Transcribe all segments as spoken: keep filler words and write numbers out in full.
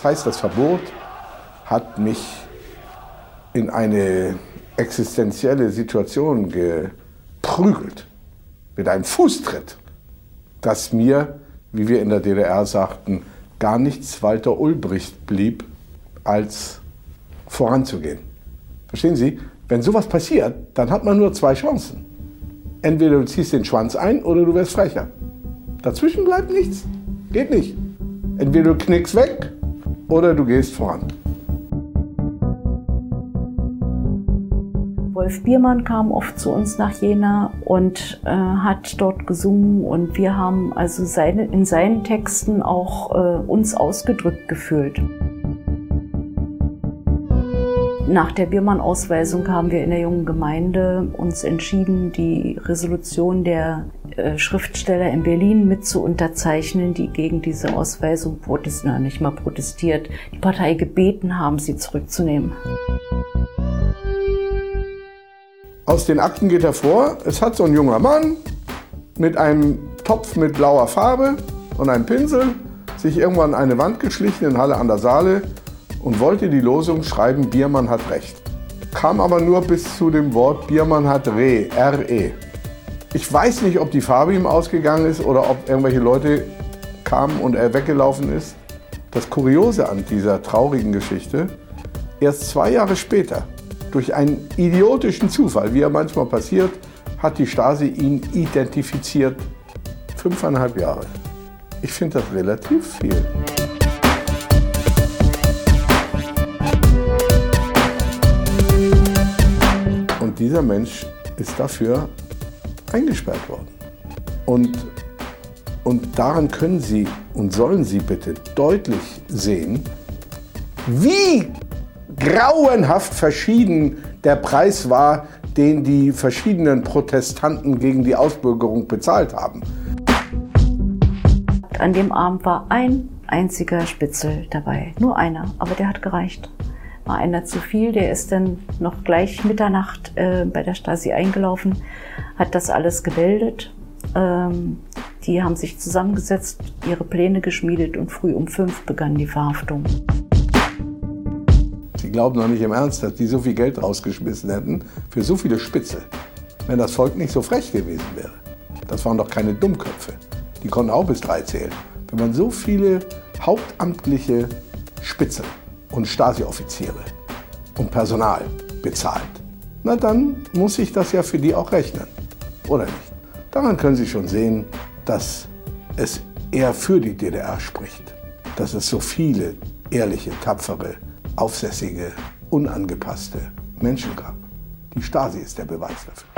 heißt, das Verbot hat mich in eine existenzielle Situation geprügelt, mit einem Fußtritt, dass mir, wie wir in der D D R sagten, gar nichts Walter Ulbricht blieb, als voranzugehen. Verstehen Sie? Wenn sowas passiert, dann hat man nur zwei Chancen. Entweder du ziehst den Schwanz ein oder du wirst frecher. Dazwischen bleibt nichts. Geht nicht. Entweder du knickst weg oder du gehst voran. Wolf Biermann kam oft zu uns nach Jena und äh, hat dort gesungen und wir haben also seine, in seinen Texten auch äh, uns ausgedrückt gefühlt. Nach der Biermann-Ausweisung haben wir in der Jungen Gemeinde uns entschieden, die Resolution der äh, Schriftsteller in Berlin mit zu unterzeichnen, die gegen diese Ausweisung protestieren, nicht mal protestiert, die Partei gebeten haben, sie zurückzunehmen. Aus den Akten geht hervor, es hat so ein junger Mann mit einem Topf mit blauer Farbe und einem Pinsel sich irgendwann an eine Wand geschlichen in Halle an der Saale und wollte die Losung schreiben, Biermann hat Recht. Kam aber nur bis zu dem Wort Biermann hat Re, R E. Ich weiß nicht, ob die Farbe ihm ausgegangen ist oder ob irgendwelche Leute kamen und er weggelaufen ist. Das Kuriose an dieser traurigen Geschichte, erst zwei Jahre später, durch einen idiotischen Zufall, wie er manchmal passiert, hat die Stasi ihn identifiziert. Fünfeinhalb Jahre. Ich finde das relativ viel. Und dieser Mensch ist dafür eingesperrt worden. Und, und daran können Sie und sollen Sie bitte deutlich sehen, wie grauenhaft verschieden der Preis war, den die verschiedenen Protestanten gegen die Ausbürgerung bezahlt haben. An dem Abend war ein einziger Spitzel dabei, nur einer, aber der hat gereicht. War einer zu viel, der ist dann noch gleich Mitternacht äh, bei der Stasi eingelaufen, hat das alles gemeldet. Ähm, die haben sich zusammengesetzt, ihre Pläne geschmiedet und früh um fünf begann die Verhaftung. Sie glauben doch nicht im Ernst, dass die so viel Geld rausgeschmissen hätten für so viele Spitzel, wenn das Volk nicht so frech gewesen wäre. Das waren doch keine Dummköpfe. Die konnten auch bis drei zählen. Wenn man so viele hauptamtliche Spitzel und Stasi-Offiziere und Personal bezahlt, na dann muss sich das ja für die auch rechnen, oder nicht? Daran können Sie schon sehen, dass es eher für die D D R spricht, dass es so viele ehrliche, tapfere, aufsässige, unangepasste Menschen gab. Die Stasi ist der Beweis dafür.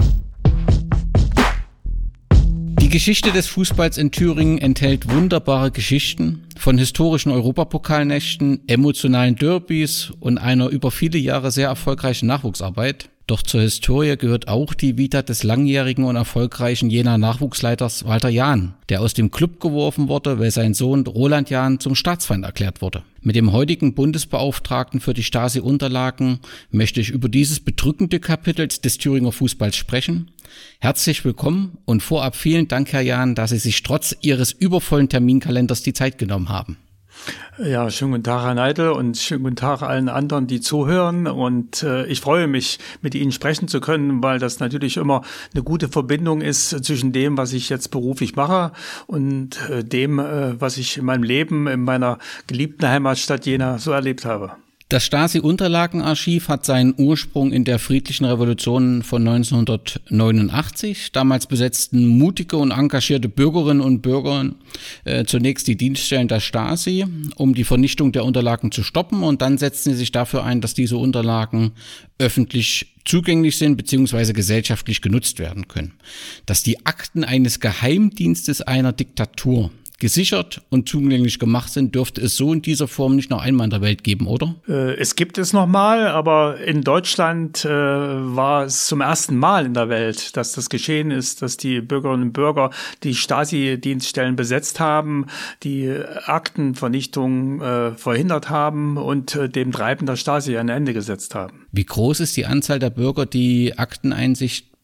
Die Geschichte des Fußballs in Thüringen enthält wunderbare Geschichten von historischen Europapokalnächten, emotionalen Derbys und einer über viele Jahre sehr erfolgreichen Nachwuchsarbeit. Doch zur Historie gehört auch die Vita des langjährigen und erfolgreichen Jenaer Nachwuchsleiters Walter Jahn, der aus dem Club geworfen wurde, weil sein Sohn Roland Jahn zum Staatsfeind erklärt wurde. Mit dem heutigen Bundesbeauftragten für die Stasi-Unterlagen möchte ich über dieses bedrückende Kapitel des Thüringer Fußballs sprechen. Herzlich willkommen und vorab vielen Dank, Herr Jahn, dass Sie sich trotz Ihres übervollen Terminkalenders die Zeit genommen haben. Ja, schönen guten Tag, Herr Neidl, und schönen guten Tag allen anderen, die zuhören. Und äh, ich freue mich, mit Ihnen sprechen zu können, weil das natürlich immer eine gute Verbindung ist zwischen dem, was ich jetzt beruflich mache und äh, dem, äh, was ich in meinem Leben in meiner geliebten Heimatstadt Jena so erlebt habe. Das Stasi-Unterlagenarchiv hat seinen Ursprung in der friedlichen Revolution von neunzehnhundertneunundachtzig. Damals besetzten mutige und engagierte Bürgerinnen und Bürger äh, zunächst die Dienststellen der Stasi, um die Vernichtung der Unterlagen zu stoppen. Und dann setzten sie sich dafür ein, dass diese Unterlagen öffentlich zugänglich sind bzw. gesellschaftlich genutzt werden können. Dass die Akten eines Geheimdienstes einer Diktatur gesichert und zugänglich gemacht sind, dürfte es so in dieser Form nicht noch einmal in der Welt geben, oder? Äh, es gibt es nochmal, aber in Deutschland äh, war es zum ersten Mal in der Welt, dass das geschehen ist, dass die Bürgerinnen und Bürger die Stasi-Dienststellen besetzt haben, die Aktenvernichtung äh, verhindert haben und äh, dem Treiben der Stasi ein Ende gesetzt haben. Wie groß ist die Anzahl der Bürger, die Akteneinsicht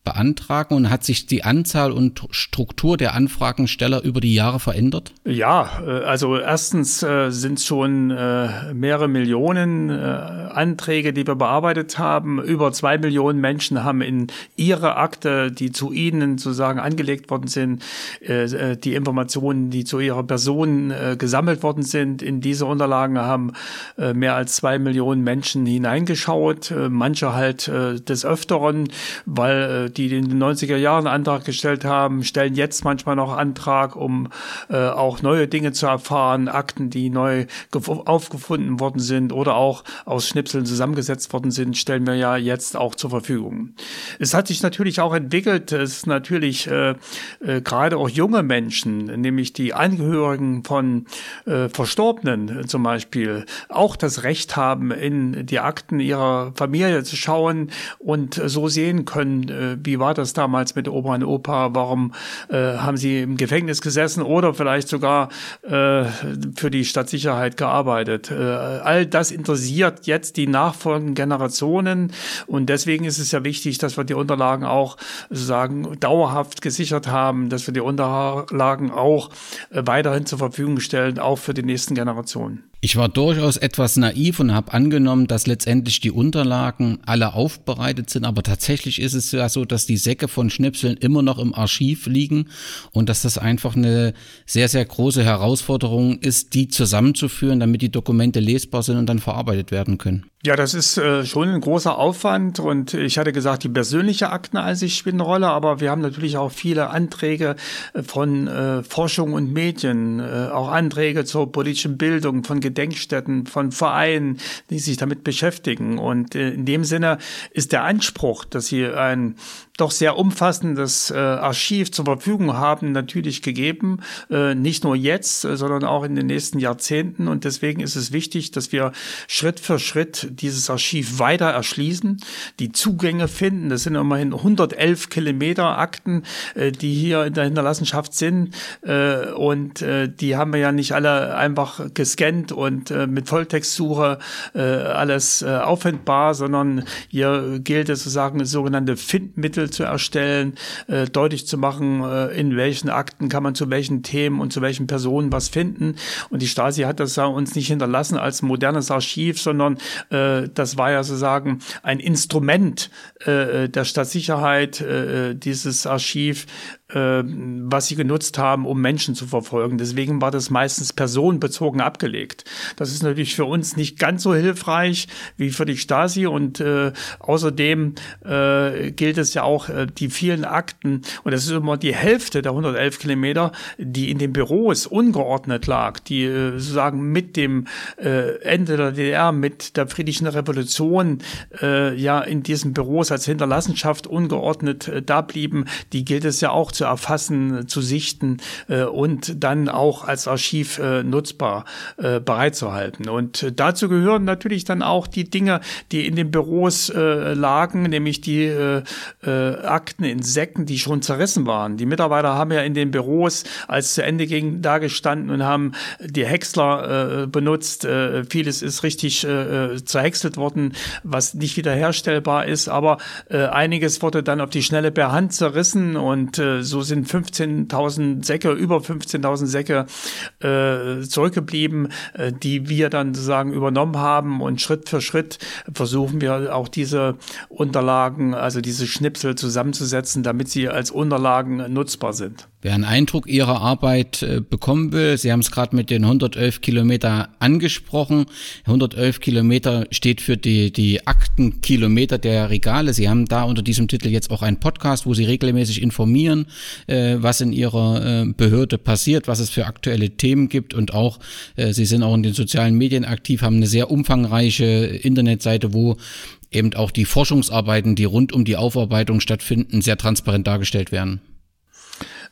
beantragen und hat sich die Anzahl und Struktur der Anfragensteller über die Jahre verändert? Ja, also erstens äh, sind es schon äh, mehrere Millionen äh, Anträge, die wir bearbeitet haben. Über zwei Millionen Menschen haben in ihre Akte, die zu ihnen sozusagen angelegt worden sind, äh, die Informationen, die zu ihrer Person äh, gesammelt worden sind, in diese Unterlagen haben äh, mehr als zwei Millionen Menschen hineingeschaut. Äh, manche halt äh, des Öfteren, weil äh, die in den neunziger Jahren Antrag gestellt haben, stellen jetzt manchmal noch Antrag, um äh, auch neue Dinge zu erfahren, Akten, die neu aufgefunden worden sind oder auch aus Schnipseln zusammengesetzt worden sind, stellen wir ja jetzt auch zur Verfügung. Es hat sich natürlich auch entwickelt, es ist natürlich äh, äh, gerade auch junge Menschen, nämlich die Angehörigen von äh, Verstorbenen zum Beispiel, auch das Recht haben, in die Akten ihrer Familie zu schauen und äh, so sehen können, äh, wie war das damals mit Oma und Opa, warum äh, haben sie im Gefängnis gesessen oder vielleicht sogar äh, für die Stadtsicherheit gearbeitet. Äh, all das interessiert jetzt die nachfolgenden Generationen und deswegen ist es ja wichtig, dass wir die Unterlagen auch sozusagen dauerhaft gesichert haben, dass wir die Unterlagen auch äh, weiterhin zur Verfügung stellen, auch für die nächsten Generationen. Ich war durchaus etwas naiv und habe angenommen, dass letztendlich die Unterlagen alle aufbereitet sind, aber tatsächlich ist es ja so, dass die Säcke von Schnipseln immer noch im Archiv liegen und dass das einfach eine sehr, sehr große Herausforderung ist, die zusammenzuführen, damit die Dokumente lesbar sind und dann verarbeitet werden können. Ja, das ist äh, schon ein großer Aufwand und ich hatte gesagt, die persönliche Akteneinsicht spielt eine Rolle, aber wir haben natürlich auch viele Anträge von äh, Forschung und Medien, äh, auch Anträge zur politischen Bildung, von Gedenkstätten, von Vereinen, die sich damit beschäftigen und äh, in dem Sinne ist der Anspruch, dass sie ein doch sehr umfassendes äh, Archiv zur Verfügung haben, natürlich gegeben, äh, nicht nur jetzt, äh, sondern auch in den nächsten Jahrzehnten und deswegen ist es wichtig, dass wir Schritt für Schritt dieses Archiv weiter erschließen, die Zugänge finden. Das sind immerhin hundertelf Kilometer Akten, äh, die hier in der Hinterlassenschaft sind äh, und äh, die haben wir ja nicht alle einfach gescannt und äh, mit Volltextsuche äh, alles äh, auffindbar, sondern hier gilt es sozusagen sogenannte Findmittel zu erstellen, äh, deutlich zu machen, äh, in welchen Akten kann man zu welchen Themen und zu welchen Personen was finden. Und die Stasi hat das ja uns nicht hinterlassen als modernes Archiv, sondern äh, das war ja sozusagen ein Instrument äh, der Stadtsicherheit, äh, dieses Archiv, äh, was sie genutzt haben, um Menschen zu verfolgen. Deswegen war das meistens personenbezogen abgelegt. Das ist natürlich für uns nicht ganz so hilfreich wie für die Stasi und äh, außerdem äh, gilt es ja auch äh, die vielen Akten und das ist immer die Hälfte der hundertelf Kilometer, die in den Büros ungeordnet lag, die äh, sozusagen mit dem äh, Ende der D D R, mit der friedlichen Revolution äh, ja in diesen Büros als Hinterlassenschaft ungeordnet äh, da blieben, die gilt es ja auch zu erfassen, zu sichten äh, und dann auch als Archiv äh, nutzbar äh, bereitzuhalten. Und äh, dazu gehören natürlich dann auch die Dinge, die in den Büros äh, lagen, nämlich die äh, äh, Akten in Säcken, die schon zerrissen waren. Die Mitarbeiter haben ja in den Büros, als es zu Ende ging, da gestanden und haben die Häcksler äh, benutzt. Äh, vieles ist richtig äh, zerhäckselt worden, was nicht wiederherstellbar ist, aber äh, einiges wurde dann auf die Schnelle per Hand zerrissen und äh, so sind fünfzehntausend Säcke, über fünfzehntausend Säcke äh, zurückgeblieben, äh, die wir dann sozusagen übernommen haben und Schritt für Schritt versuchen wir auch diese Unterlagen, also diese Schnipsel zusammenzusetzen, damit sie als Unterlagen nutzbar sind. Wer einen Eindruck Ihrer Arbeit äh, bekommen will, Sie haben es gerade mit den hundertelf Kilometer angesprochen. hundertelf Kilometer steht für die, die Aktenkilometer der Regale. Sie haben da unter diesem Titel jetzt auch einen Podcast, wo Sie regelmäßig informieren, äh, was in Ihrer äh, Behörde passiert, was es für aktuelle Themen gibt und auch, äh, Sie sind auch in den sozialen Medien aktiv, haben eine sehr umfangreiche Internetseite, wo eben auch die Forschungsarbeiten, die rund um die Aufarbeitung stattfinden, sehr transparent dargestellt werden.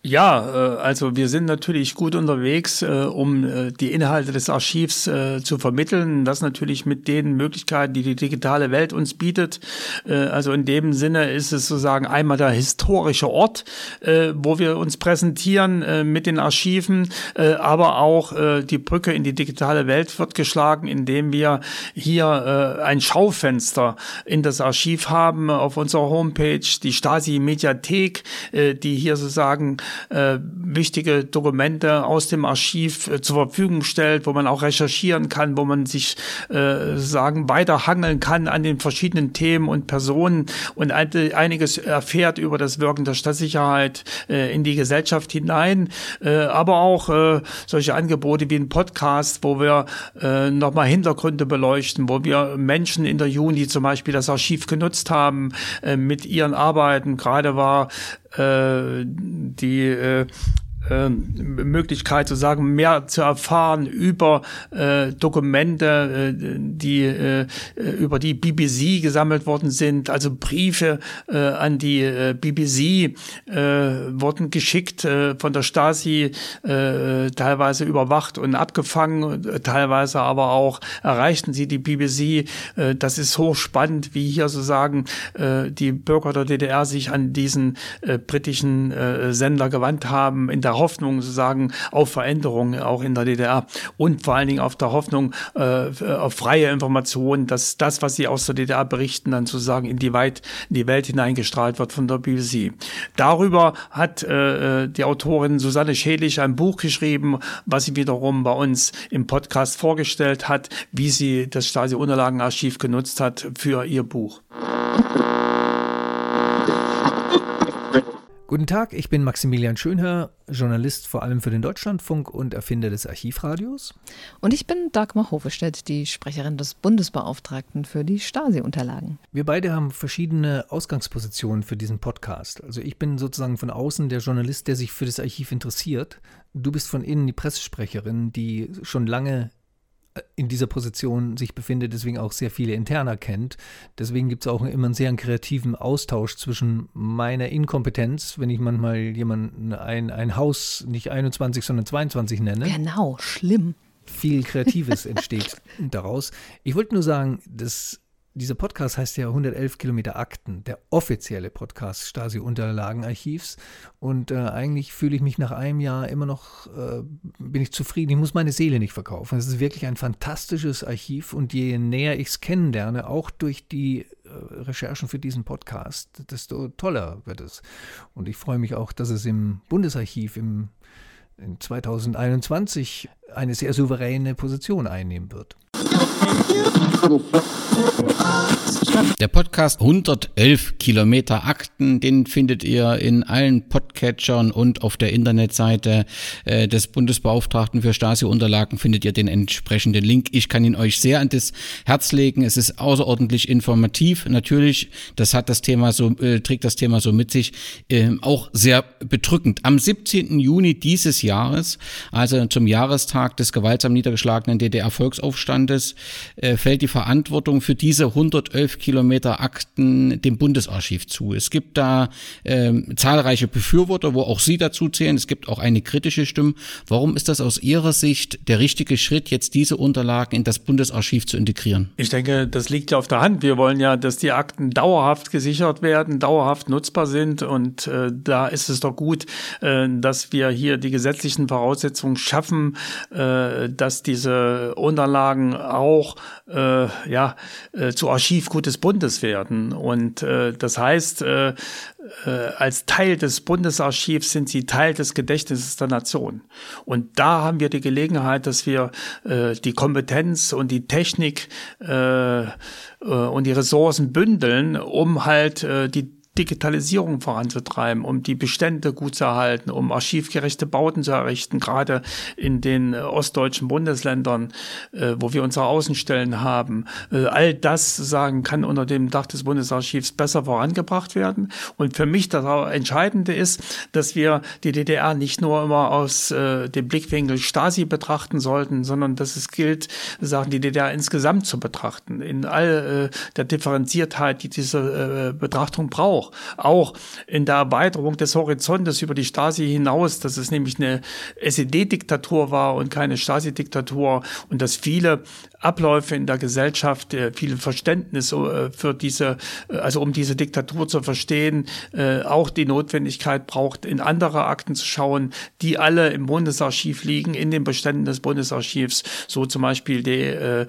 Ja, also wir sind natürlich gut unterwegs, um die Inhalte des Archivs zu vermitteln. Das natürlich mit den Möglichkeiten, die die digitale Welt uns bietet. Also in dem Sinne ist es sozusagen einmal der historische Ort, wo wir uns präsentieren mit den Archiven, aber auch die Brücke in die digitale Welt wird geschlagen, indem wir hier ein Schaufenster in das Archiv haben auf unserer Homepage, die Stasi-Mediathek, die hier sozusagen Äh, wichtige Dokumente aus dem Archiv äh, zur Verfügung stellt, wo man auch recherchieren kann, wo man sich äh, sagen weiterhangeln kann an den verschiedenen Themen und Personen und ein, einiges erfährt über das Wirken der Staatssicherheit äh, in die Gesellschaft hinein, äh, aber auch äh, solche Angebote wie ein Podcast, wo wir äh, nochmal Hintergründe beleuchten, wo wir Menschen interviewen, die zum Beispiel das Archiv genutzt haben, äh, mit ihren Arbeiten. Gerade war äh, die äh, äh, Möglichkeit zu sagen, mehr zu erfahren über äh, Dokumente, äh, die äh, über die B B C gesammelt worden sind, also Briefe äh, an die äh, B B C äh, wurden geschickt äh, von der Stasi, äh, teilweise überwacht und abgefangen, äh, teilweise aber auch erreichten sie die B B C. Äh, das ist hochspannend, wie hier sozusagen äh, die Bürger der D D R sich an diesen äh, britischen äh, Sender gewandt haben, in der Hoffnung sozusagen auf Veränderungen auch in der D D R und vor allen Dingen auf der Hoffnung äh, auf freie Informationen, dass das, was sie aus der D D R berichten, dann sozusagen in die, weit, in die Welt hineingestrahlt wird von der B B C. Darüber hat äh, die Autorin Susanne Schädlich ein Buch geschrieben, was sie wiederum bei uns im Podcast vorgestellt hat, wie sie das Stasi-Unterlagenarchiv genutzt hat für ihr Buch. Guten Tag, ich bin Maximilian Schönherr, Journalist vor allem für den Deutschlandfunk und Erfinder des Archivradios. Und ich bin Dagmar Hovestedt, die Sprecherin des Bundesbeauftragten für die Stasi-Unterlagen. Wir beide haben verschiedene Ausgangspositionen für diesen Podcast. Also ich bin sozusagen von außen der Journalist, der sich für das Archiv interessiert. Du bist von innen die Pressesprecherin, die schon lange in dieser Position sich befindet, deswegen auch sehr viele Interner kennt. Deswegen gibt es auch immer einen sehr kreativen Austausch zwischen meiner Inkompetenz, wenn ich manchmal jemanden ein, ein Haus nicht einundzwanzig, sondern zweiundzwanzig nenne. Genau, schlimm. Viel Kreatives entsteht daraus. Ich wollte nur sagen, dass dieser Podcast heißt ja hundertelf Kilometer Akten, der offizielle Podcast Stasi-Unterlagenarchivs. Und äh, eigentlich fühle ich mich nach einem Jahr immer noch, äh, bin ich zufrieden. Ich muss meine Seele nicht verkaufen. Es ist wirklich ein fantastisches Archiv und je näher ich es kennenlerne, auch durch die äh, Recherchen für diesen Podcast, desto toller wird es. Und ich freue mich auch, dass es im Bundesarchiv im in zweitausendeinundzwanzig eine sehr souveräne Position einnehmen wird. Der Podcast hundertelf Kilometer Akten, den findet ihr in allen Podcatchern und auf der Internetseite äh, des Bundesbeauftragten für Stasi-Unterlagen findet ihr den entsprechenden Link. Ich kann ihn euch sehr an das Herz legen. Es ist außerordentlich informativ. Natürlich, das hat das Thema so, äh, trägt das Thema so mit sich, äh, auch sehr bedrückend. Am siebzehnten Juni dieses Jahres, also zum Jahrestag des gewaltsam niedergeschlagenen D D R-Volksaufstandes, äh, fällt die Verantwortung für diese hundertelf Kilometer Akten dem Bundesarchiv zu. Es gibt da äh, zahlreiche Befürworter, wo auch Sie dazu zählen. Es gibt auch eine kritische Stimme. Warum ist das aus Ihrer Sicht der richtige Schritt, jetzt diese Unterlagen in das Bundesarchiv zu integrieren? Ich denke, das liegt ja auf der Hand. Wir wollen ja, dass die Akten dauerhaft gesichert werden, dauerhaft nutzbar sind. Und äh, da ist es doch gut, äh, dass wir hier die gesetzlichen Voraussetzungen schaffen, äh, dass diese Unterlagen auch äh, ja, äh, zu Archivgut des Bundes werden. Und äh, das heißt, äh, äh, als Teil des Bundesarchivs sind sie Teil des Gedächtnisses der Nation. Und da haben wir die Gelegenheit, dass wir äh, die Kompetenz und die Technik äh, äh, und die Ressourcen bündeln, um halt äh, die Digitalisierung voranzutreiben, um die Bestände gut zu erhalten, um archivgerechte Bauten zu errichten, gerade in den äh, ostdeutschen Bundesländern, äh, wo wir unsere Außenstellen haben. Äh, all das, sagen, kann unter dem Dach des Bundesarchivs besser vorangebracht werden. Und für mich das Entscheidende ist, dass wir die D D R nicht nur immer aus äh, dem Blickwinkel Stasi betrachten sollten, sondern dass es gilt, sagen, die D D R insgesamt zu betrachten, in all äh, der Differenziertheit, die diese äh, Betrachtung braucht. auch, auch in der Erweiterung des Horizontes über die Stasi hinaus, dass es nämlich eine S E D-Diktatur war und keine Stasi-Diktatur und dass viele Abläufe in der Gesellschaft, viel Verständnis für diese, also um diese Diktatur zu verstehen, auch die Notwendigkeit braucht, in andere Akten zu schauen, die alle im Bundesarchiv liegen, in den Beständen des Bundesarchivs, so zum Beispiel die äh,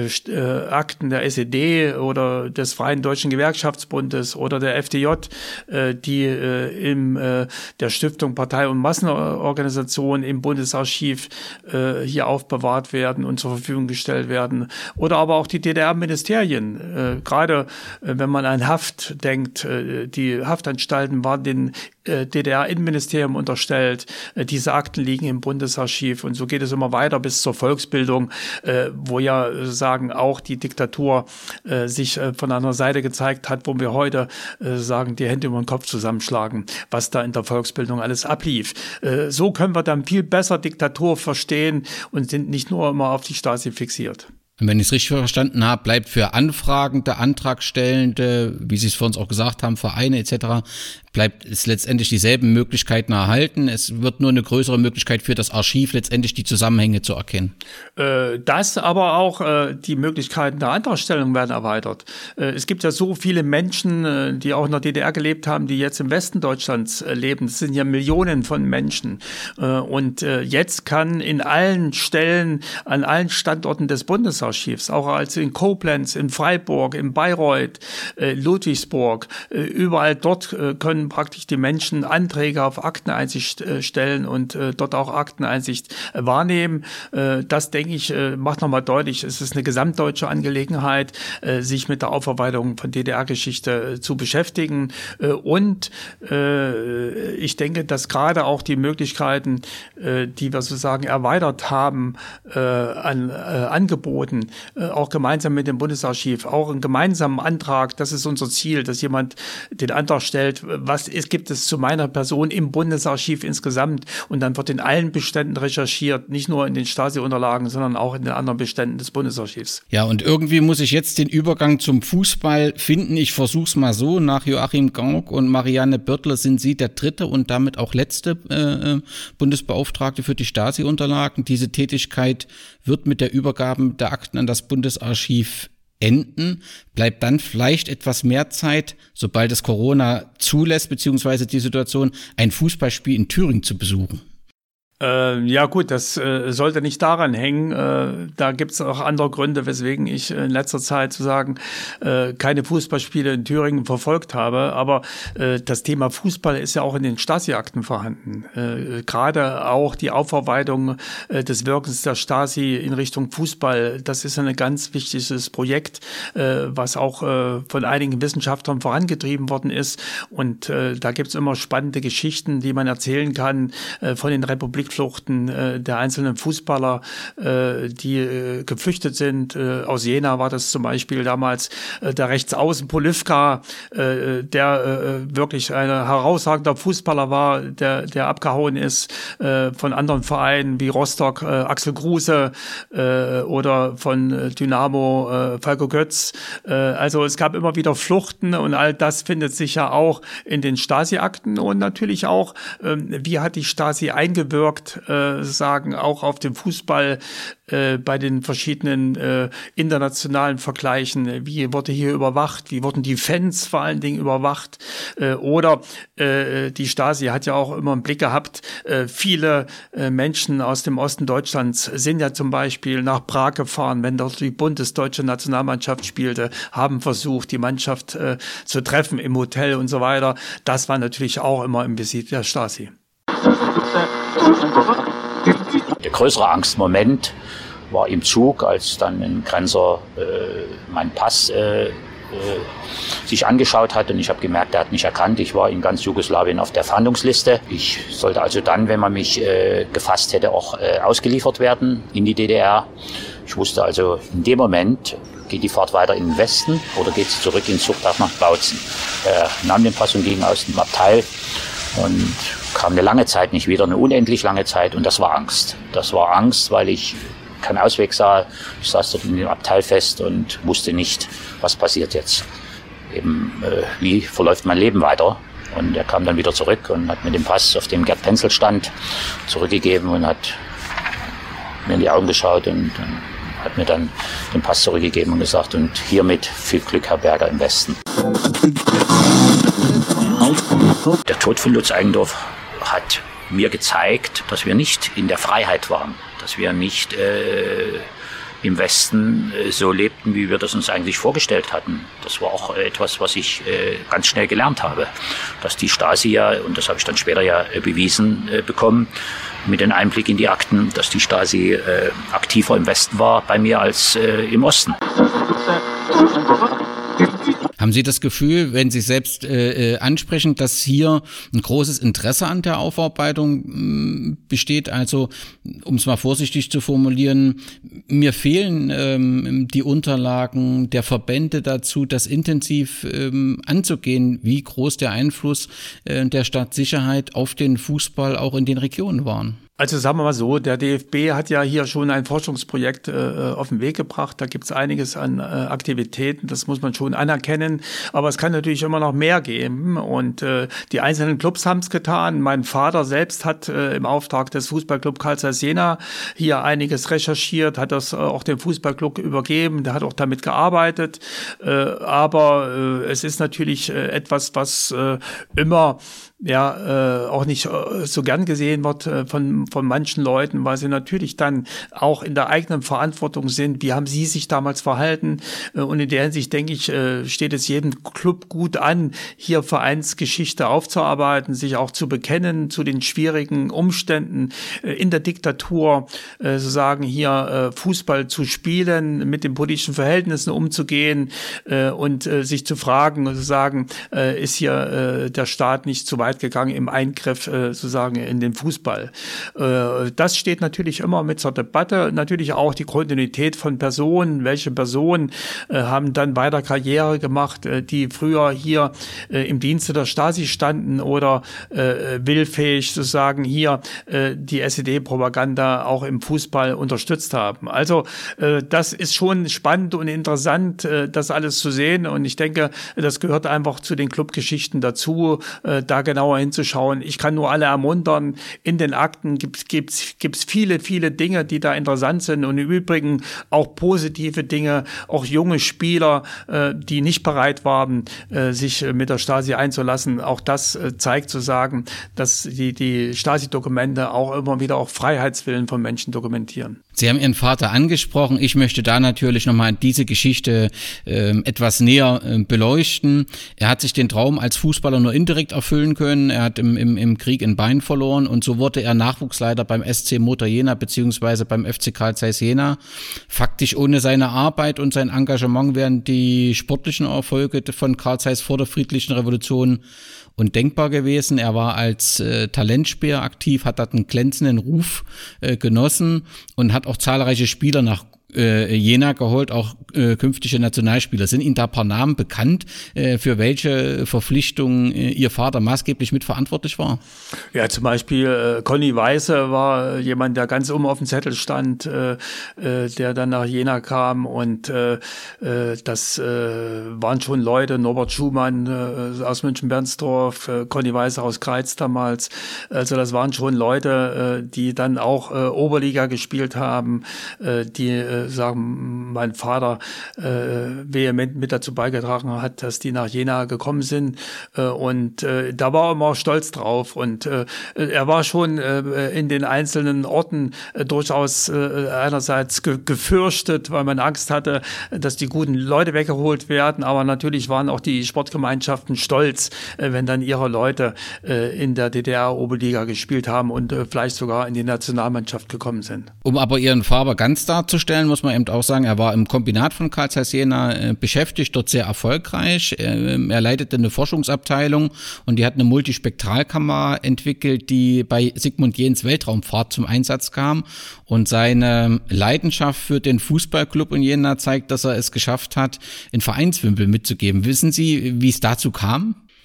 äh, Akten der S E D oder des Freien Deutschen Gewerkschaftsbundes oder der F D J, äh, die äh, im äh, der Stiftung Partei- und Massenorganisation im Bundesarchiv äh, hier aufbewahrt werden und zur Verfügung gestellt werden. Oder aber auch die D D R-Ministerien. Äh, gerade äh, wenn man an Haft denkt, äh, die Haftanstalten waren den äh, D D R-Innenministerium unterstellt. Äh, diese Akten liegen im Bundesarchiv und so geht es immer weiter bis zur Volksbildung, äh, wo ja äh, sagen auch die Diktatur äh, sich äh, von einer Seite gezeigt hat, wo wir heute äh, sagen, die Hände über den Kopf zusammenschlagen, was da in der Volksbildung alles ablief. Äh, so können wir dann viel besser Diktatur verstehen und sind nicht nur immer auf die Stasi fixiert. Und wenn ich es richtig verstanden habe, bleibt für Anfragende, Antragstellende, wie Sie es vor uns auch gesagt haben, Vereine et cetera, bleibt es letztendlich dieselben Möglichkeiten erhalten. Es wird nur eine größere Möglichkeit für das Archiv, letztendlich die Zusammenhänge zu erkennen. Äh, das, aber auch äh, die Möglichkeiten der Antragstellung werden erweitert. Äh, es gibt ja so viele Menschen, äh, die auch in der D D R gelebt haben, die jetzt im Westen Deutschlands äh, leben. Es sind ja Millionen von Menschen. Äh, und äh, jetzt kann in allen Stellen, an allen Standorten des Bundesarchivs, auch als in Koblenz, in Freiburg, in Bayreuth, äh, Ludwigsburg, äh, überall dort äh, können praktisch die Menschen Anträge auf Akteneinsicht äh, stellen und äh, dort auch Akteneinsicht äh, wahrnehmen. Äh, das, denke ich, äh, macht nochmal deutlich, es ist eine gesamtdeutsche Angelegenheit, äh, sich mit der Aufarbeitung von D D R-Geschichte äh, zu beschäftigen. Äh, und äh, ich denke, dass gerade auch die Möglichkeiten, äh, die wir sozusagen erweitert haben, äh, an äh, Angeboten, äh, auch gemeinsam mit dem Bundesarchiv, auch einen gemeinsamen Antrag, das ist unser Ziel, dass jemand den Antrag stellt, was ist, gibt es zu meiner Person im Bundesarchiv insgesamt und dann wird in allen Beständen recherchiert, nicht nur in den Stasi-Unterlagen, sondern auch in den anderen Beständen des Bundesarchivs. Ja, und irgendwie muss ich jetzt den Übergang zum Fußball finden. Ich versuch's mal so. Nach Joachim Gauck und Marianne Börtler sind Sie der dritte und damit auch letzte äh, Bundesbeauftragte für die Stasi-Unterlagen. Diese Tätigkeit wird mit der Übergabe der Akten an das Bundesarchiv enden. Bleibt dann vielleicht etwas mehr Zeit, sobald es Corona zulässt, beziehungsweise die Situation, ein Fußballspiel in Thüringen zu besuchen? Äh, ja gut, das äh, sollte nicht daran hängen. Äh, da gibt es auch andere Gründe, weswegen ich in letzter Zeit sozusagen äh, keine Fußballspiele in Thüringen verfolgt habe. Aber äh, das Thema Fußball ist ja auch in den Stasi-Akten vorhanden. Äh, Gerade auch die Aufarbeitung äh, des Wirkens der Stasi in Richtung Fußball, das ist ein ganz wichtiges Projekt, äh, was auch äh, von einigen Wissenschaftlern vorangetrieben worden ist. Und äh, da gibt es immer spannende Geschichten, die man erzählen kann äh, von den Republik Fluchten äh, der einzelnen Fußballer, äh, die äh, geflüchtet sind. Äh, aus Jena war das zum Beispiel damals äh, der Rechtsaußen Polivka, äh, der äh, wirklich ein herausragender Fußballer war, der, der abgehauen ist äh, von anderen Vereinen wie Rostock, äh, Axel Kruse äh, oder von äh, Dynamo äh, Falco Götz. Äh, also es gab immer wieder Fluchten und all das findet sich ja auch in den Stasi-Akten und natürlich auch, äh, wie hat die Stasi eingewirkt, Äh, sagen auch auf dem Fußball äh, bei den verschiedenen äh, internationalen Vergleichen. Wie wurde hier überwacht? Wie wurden die Fans vor allen Dingen überwacht? Äh, oder äh, die Stasi hat ja auch immer einen Blick gehabt. Äh, viele äh, Menschen aus dem Osten Deutschlands sind ja zum Beispiel nach Prag gefahren, wenn dort die bundesdeutsche Nationalmannschaft spielte, haben versucht, die Mannschaft äh, zu treffen im Hotel und so weiter. Das war natürlich auch immer im Visit der Stasi. Der größere Angstmoment war im Zug, als dann ein Grenzer äh, meinen Pass äh, äh, sich angeschaut hat und ich habe gemerkt, er hat mich erkannt. Ich war in ganz Jugoslawien auf der Fahndungsliste. Ich sollte also dann, wenn man mich äh, gefasst hätte, auch äh, ausgeliefert werden in die D D R. Ich wusste also in dem Moment, geht die Fahrt weiter in den Westen oder geht es zurück ins Zuchthaus nach Bautzen. Er nahm den Pass und ging aus dem Abteil und kam eine lange Zeit nicht wieder, eine unendlich lange Zeit und das war Angst. Das war Angst, weil ich keinen Ausweg sah. Ich saß dort in dem Abteil fest und wusste nicht, was passiert jetzt. eben, äh, wie verläuft mein Leben weiter. Und er kam dann wieder zurück und hat mir den Pass, auf dem Gerd Penzel stand, zurückgegeben und hat mir in die Augen geschaut und, und hat mir dann den Pass zurückgegeben und gesagt, und hiermit viel Glück, Herr Berger, im Westen. Der Tod von Lutz Eigendorf hat mir gezeigt, dass wir nicht in der Freiheit waren, dass wir nicht äh, im Westen äh, so lebten, wie wir das uns eigentlich vorgestellt hatten. Das war auch etwas, was ich äh, ganz schnell gelernt habe, dass die Stasi ja, und das habe ich dann später ja äh, bewiesen äh, bekommen, mit dem Einblick in die Akten, dass die Stasi äh, aktiver im Westen war bei mir als äh, im Osten. Haben Sie das Gefühl, wenn Sie selbst äh, ansprechen, dass hier ein großes Interesse an der Aufarbeitung mh, besteht? Also, um es mal vorsichtig zu formulieren, mir fehlen ähm, die Unterlagen der Verbände dazu, das intensiv ähm, anzugehen, wie groß der Einfluss äh, der Staatssicherheit auf den Fußball auch in den Regionen waren. Also sagen wir mal so, der D F B hat ja hier schon ein Forschungsprojekt äh, auf den Weg gebracht. Da gibt es einiges an äh, Aktivitäten, das muss man schon anerkennen. Aber es kann natürlich immer noch mehr geben. Und äh, die einzelnen Clubs haben es getan. Mein Vater selbst hat äh, im Auftrag des Fußballclub Carl Zeiss Jena hier einiges recherchiert, hat das äh, auch dem Fußballclub übergeben. Der hat auch damit gearbeitet. Äh, aber äh, es ist natürlich äh, etwas, was äh, immer ja äh, auch nicht äh, so gern gesehen wird äh, von von manchen Leuten, weil sie natürlich dann auch in der eigenen Verantwortung sind. Wie haben sie sich damals verhalten? Äh, und in der Hinsicht, denke ich, äh, steht es jedem Club gut an, hier Vereinsgeschichte aufzuarbeiten, sich auch zu bekennen zu den schwierigen Umständen äh, in der Diktatur, äh, sozusagen hier äh, Fußball zu spielen, mit den politischen Verhältnissen umzugehen äh, und äh, sich zu fragen, sozusagen, äh, ist hier äh, der Staat nicht zu weit gegangen im Eingriff äh, sozusagen in den Fußball. Äh, das steht natürlich immer mit zur Debatte. Natürlich auch die Kontinuität von Personen. Welche Personen äh, haben dann weiter Karriere gemacht, äh, die früher hier äh, im Dienste der Stasi standen oder äh, willfähig sozusagen hier äh, die S E D-Propaganda auch im Fußball unterstützt haben. Also äh, das ist schon spannend und interessant, äh, das alles zu sehen. Und ich denke, das gehört einfach zu den Clubgeschichten dazu, äh, da genauer hinzuschauen. Ich kann nur alle ermuntern, in den Akten gibt es gibt's viele, viele Dinge, die da interessant sind und im Übrigen auch positive Dinge, auch junge Spieler, äh, die nicht bereit waren, äh, sich mit der Stasi einzulassen. Auch das äh, zeigt zu sagen, dass die, die Stasi-Dokumente auch immer wieder auch Freiheitswillen von Menschen dokumentieren. Sie haben Ihren Vater angesprochen. Ich möchte da natürlich nochmal diese Geschichte äh, etwas näher äh, beleuchten. Er hat sich den Traum als Fußballer nur indirekt erfüllen können. Er hat im, im, im Krieg ein Bein verloren und so wurde er Nachwuchsleiter beim S C Motor Jena beziehungsweise beim F C Carl Zeiss Jena. Faktisch ohne seine Arbeit und sein Engagement wären die sportlichen Erfolge von Carl Zeiss vor der friedlichen Revolution undenkbar gewesen. Er war als äh, Talentspäher aktiv, hat dort einen glänzenden Ruf äh, genossen und hat auch zahlreiche Spieler nach äh, Jena geholt, auch äh, künftige Nationalspieler. Sind Ihnen da ein paar Namen bekannt, äh, für welche Verpflichtungen äh, Ihr Vater maßgeblich mitverantwortlich war? Ja, zum Beispiel äh, Conny Weiße war jemand, der ganz oben auf dem Zettel stand, äh, äh, der dann nach Jena kam und äh, äh, das äh, waren schon Leute, Norbert Schumann äh, aus München-Bernsdorf, äh, Conny Weiße aus Greiz damals. Also das waren schon Leute, äh, die dann auch äh, Oberliga gespielt haben, äh, die äh, sagen, mein Vater äh, vehement mit dazu beigetragen hat, dass die nach Jena gekommen sind äh, und äh, da war er immer stolz drauf und äh, er war schon äh, in den einzelnen Orten äh, durchaus äh, einerseits ge- gefürchtet, weil man Angst hatte, dass die guten Leute weggeholt werden, aber natürlich waren auch die Sportgemeinschaften stolz, äh, wenn dann ihre Leute äh, in der D D R-Oberliga gespielt haben und äh, vielleicht sogar in die Nationalmannschaft gekommen sind. Um aber Ihren Vater ganz darzustellen, muss man eben auch sagen, er war im Kombinat von Carl Zeiss Jena äh, beschäftigt, dort sehr erfolgreich. Äh, er leitete eine Forschungsabteilung und die hat eine Multispektralkamera entwickelt, die bei Sigmund Jähns Weltraumfahrt zum Einsatz kam. Und seine Leidenschaft für den Fußballclub in Jena zeigt, dass er es geschafft hat, einen Vereinswimpel mitzugeben. Wissen Sie, wie es dazu kam?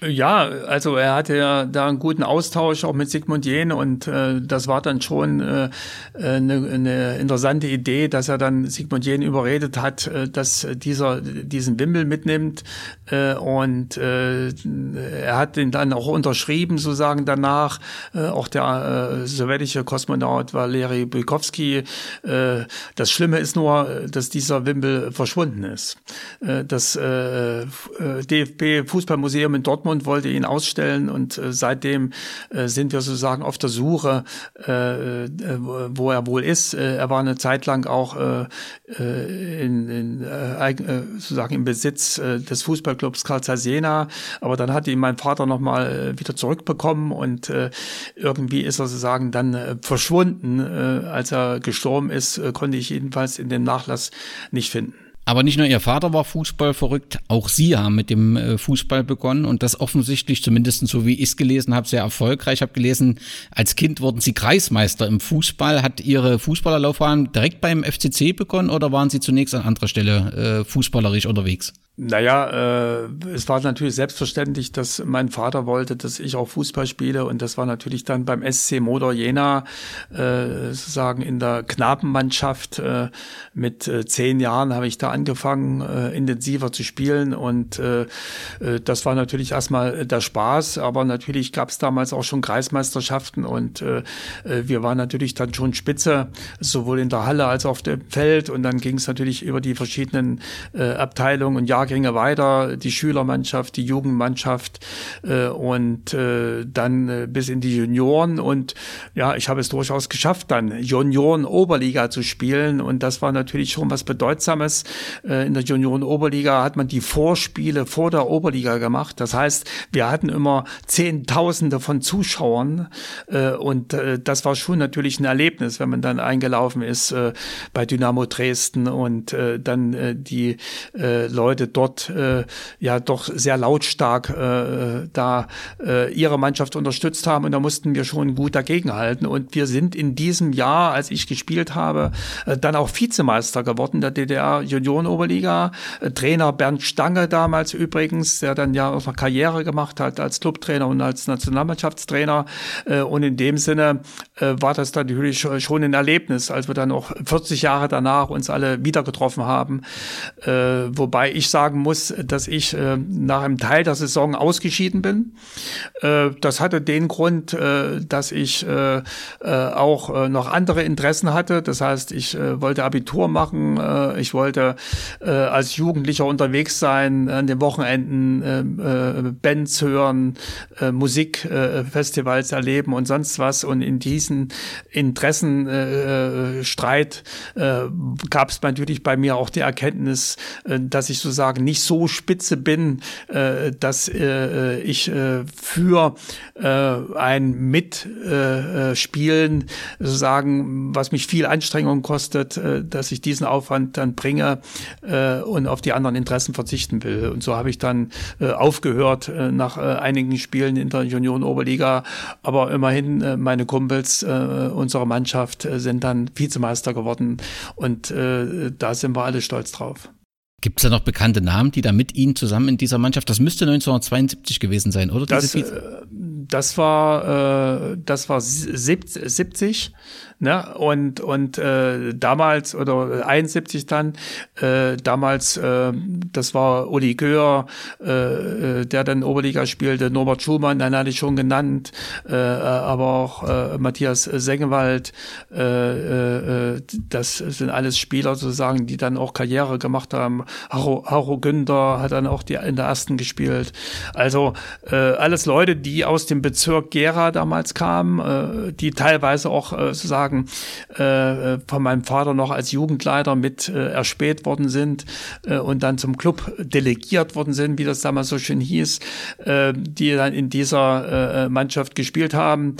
Ja, also er hatte ja da einen guten Austausch auch mit Sigmund Jähn und äh, das war dann schon äh, eine, eine interessante Idee, dass er dann Sigmund Jähn überredet hat, äh, dass dieser diesen Wimbel mitnimmt äh, und äh, er hat den dann auch unterschrieben, sozusagen danach, äh, auch der äh, sowjetische Kosmonaut Valeri Buikowski. Äh, das Schlimme ist nur, dass dieser Wimbel verschwunden ist. Äh, das äh, D F B-Fußballmuseum in Dortmund wollte ihn ausstellen und äh, seitdem äh, sind wir sozusagen auf der Suche, äh, äh, wo er wohl ist. Äh, er war eine Zeit lang auch äh, in, in, äh, sozusagen im Besitz äh, des Fußballclubs Carl Zeiss Jena, aber dann hat ihn mein Vater nochmal äh, wieder zurückbekommen und äh, irgendwie ist er sozusagen dann äh, verschwunden. Äh, als er gestorben ist, äh, konnte ich jedenfalls in dem Nachlass nicht finden. Aber nicht nur Ihr Vater war Fußball verrückt, auch Sie haben mit dem Fußball begonnen und das offensichtlich, zumindest so wie ich es gelesen habe, sehr erfolgreich. Ich habe gelesen, als Kind wurden Sie Kreismeister im Fußball. Hat Ihre Fußballerlaufbahn direkt beim F C C begonnen oder waren Sie zunächst an anderer Stelle äh, fußballerisch unterwegs? Naja, äh, es war natürlich selbstverständlich, dass mein Vater wollte, dass ich auch Fußball spiele und das war natürlich dann beim S C Motor Jena äh, sozusagen in der Knabenmannschaft. Äh, mit äh, zehn Jahren habe ich da angefangen, äh, intensiver zu spielen und äh, äh, das war natürlich erstmal der Spaß, aber natürlich gab es damals auch schon Kreismeisterschaften und äh, wir waren natürlich dann schon Spitze, sowohl in der Halle als auch auf dem Feld und dann ging es natürlich über die verschiedenen äh, Abteilungen und Jahrgänge weiter, die Schülermannschaft, die Jugendmannschaft äh, und äh, dann äh, bis in die Junioren und ja, ich habe es durchaus geschafft, dann Junioren-Oberliga zu spielen und das war natürlich schon was Bedeutsames. Äh, in der Junioren-Oberliga hat man die Vorspiele vor der Oberliga gemacht, das heißt, wir hatten immer Zehntausende von Zuschauern äh, und äh, das war schon natürlich ein Erlebnis, wenn man dann eingelaufen ist äh, bei Dynamo Dresden und äh, dann äh, die äh, Leute dort äh, ja doch sehr lautstark äh, da äh, ihre Mannschaft unterstützt haben und da mussten wir schon gut dagegenhalten und wir sind in diesem Jahr, als ich gespielt habe, äh, dann auch Vizemeister geworden der D D R Junioren-Oberliga. Äh, Trainer Bernd Stange damals übrigens, der dann ja auch noch Karriere gemacht hat als Clubtrainer und als Nationalmannschaftstrainer äh, und in dem Sinne äh, war das dann natürlich schon ein Erlebnis, als wir dann auch vierzig Jahre danach uns alle wieder getroffen haben, äh, wobei ich sagen muss, dass ich äh, nach einem Teil der Saison ausgeschieden bin. Äh, das hatte den Grund, äh, dass ich äh, äh, auch äh, noch andere Interessen hatte. Das heißt, ich äh, wollte Abitur machen, äh, ich wollte äh, als Jugendlicher unterwegs sein, an den Wochenenden äh, äh, Bands hören, äh, Musikfestivals äh, erleben und sonst was. Und in diesen Interessenstreit äh, äh, gab es natürlich bei mir auch die Erkenntnis, äh, dass ich sozusagen nicht so spitze bin, äh, dass äh, ich äh, für äh, ein Mitspielen äh, sozusagen, was mich viel Anstrengung kostet, äh, dass ich diesen Aufwand dann bringe äh, und auf die anderen Interessen verzichten will. Und so habe ich dann äh, aufgehört äh, nach äh, einigen Spielen in der Junioren-Oberliga. Aber immerhin äh, meine Kumpels äh, unserer Mannschaft äh, sind dann Vizemeister geworden und äh, da sind wir alle stolz drauf. Gibt es da noch bekannte Namen, die da mit Ihnen zusammen in dieser Mannschaft, das müsste neunzehnhundertzweiundsiebzig gewesen sein, oder? Das, das war äh, das war siebzig, ne? Und und äh, damals oder einundsiebzig dann äh, damals äh, das war Uli Göhr, äh, der dann Oberliga spielte, Norbert Schumann, den hatte ich schon genannt, äh, aber auch äh, Matthias Sengewald, äh, äh, das sind alles Spieler sozusagen, die dann auch Karriere gemacht haben. Haro, Haro Günther hat dann auch die in der ersten gespielt. Also äh, alles Leute, die aus dem Bezirk Gera damals kamen, äh, die teilweise auch äh, sozusagen äh, von meinem Vater noch als Jugendleiter mit äh, erspäht worden sind äh, und dann zum Club delegiert worden sind, wie das damals so schön hieß, äh, die dann in dieser äh, Mannschaft gespielt haben.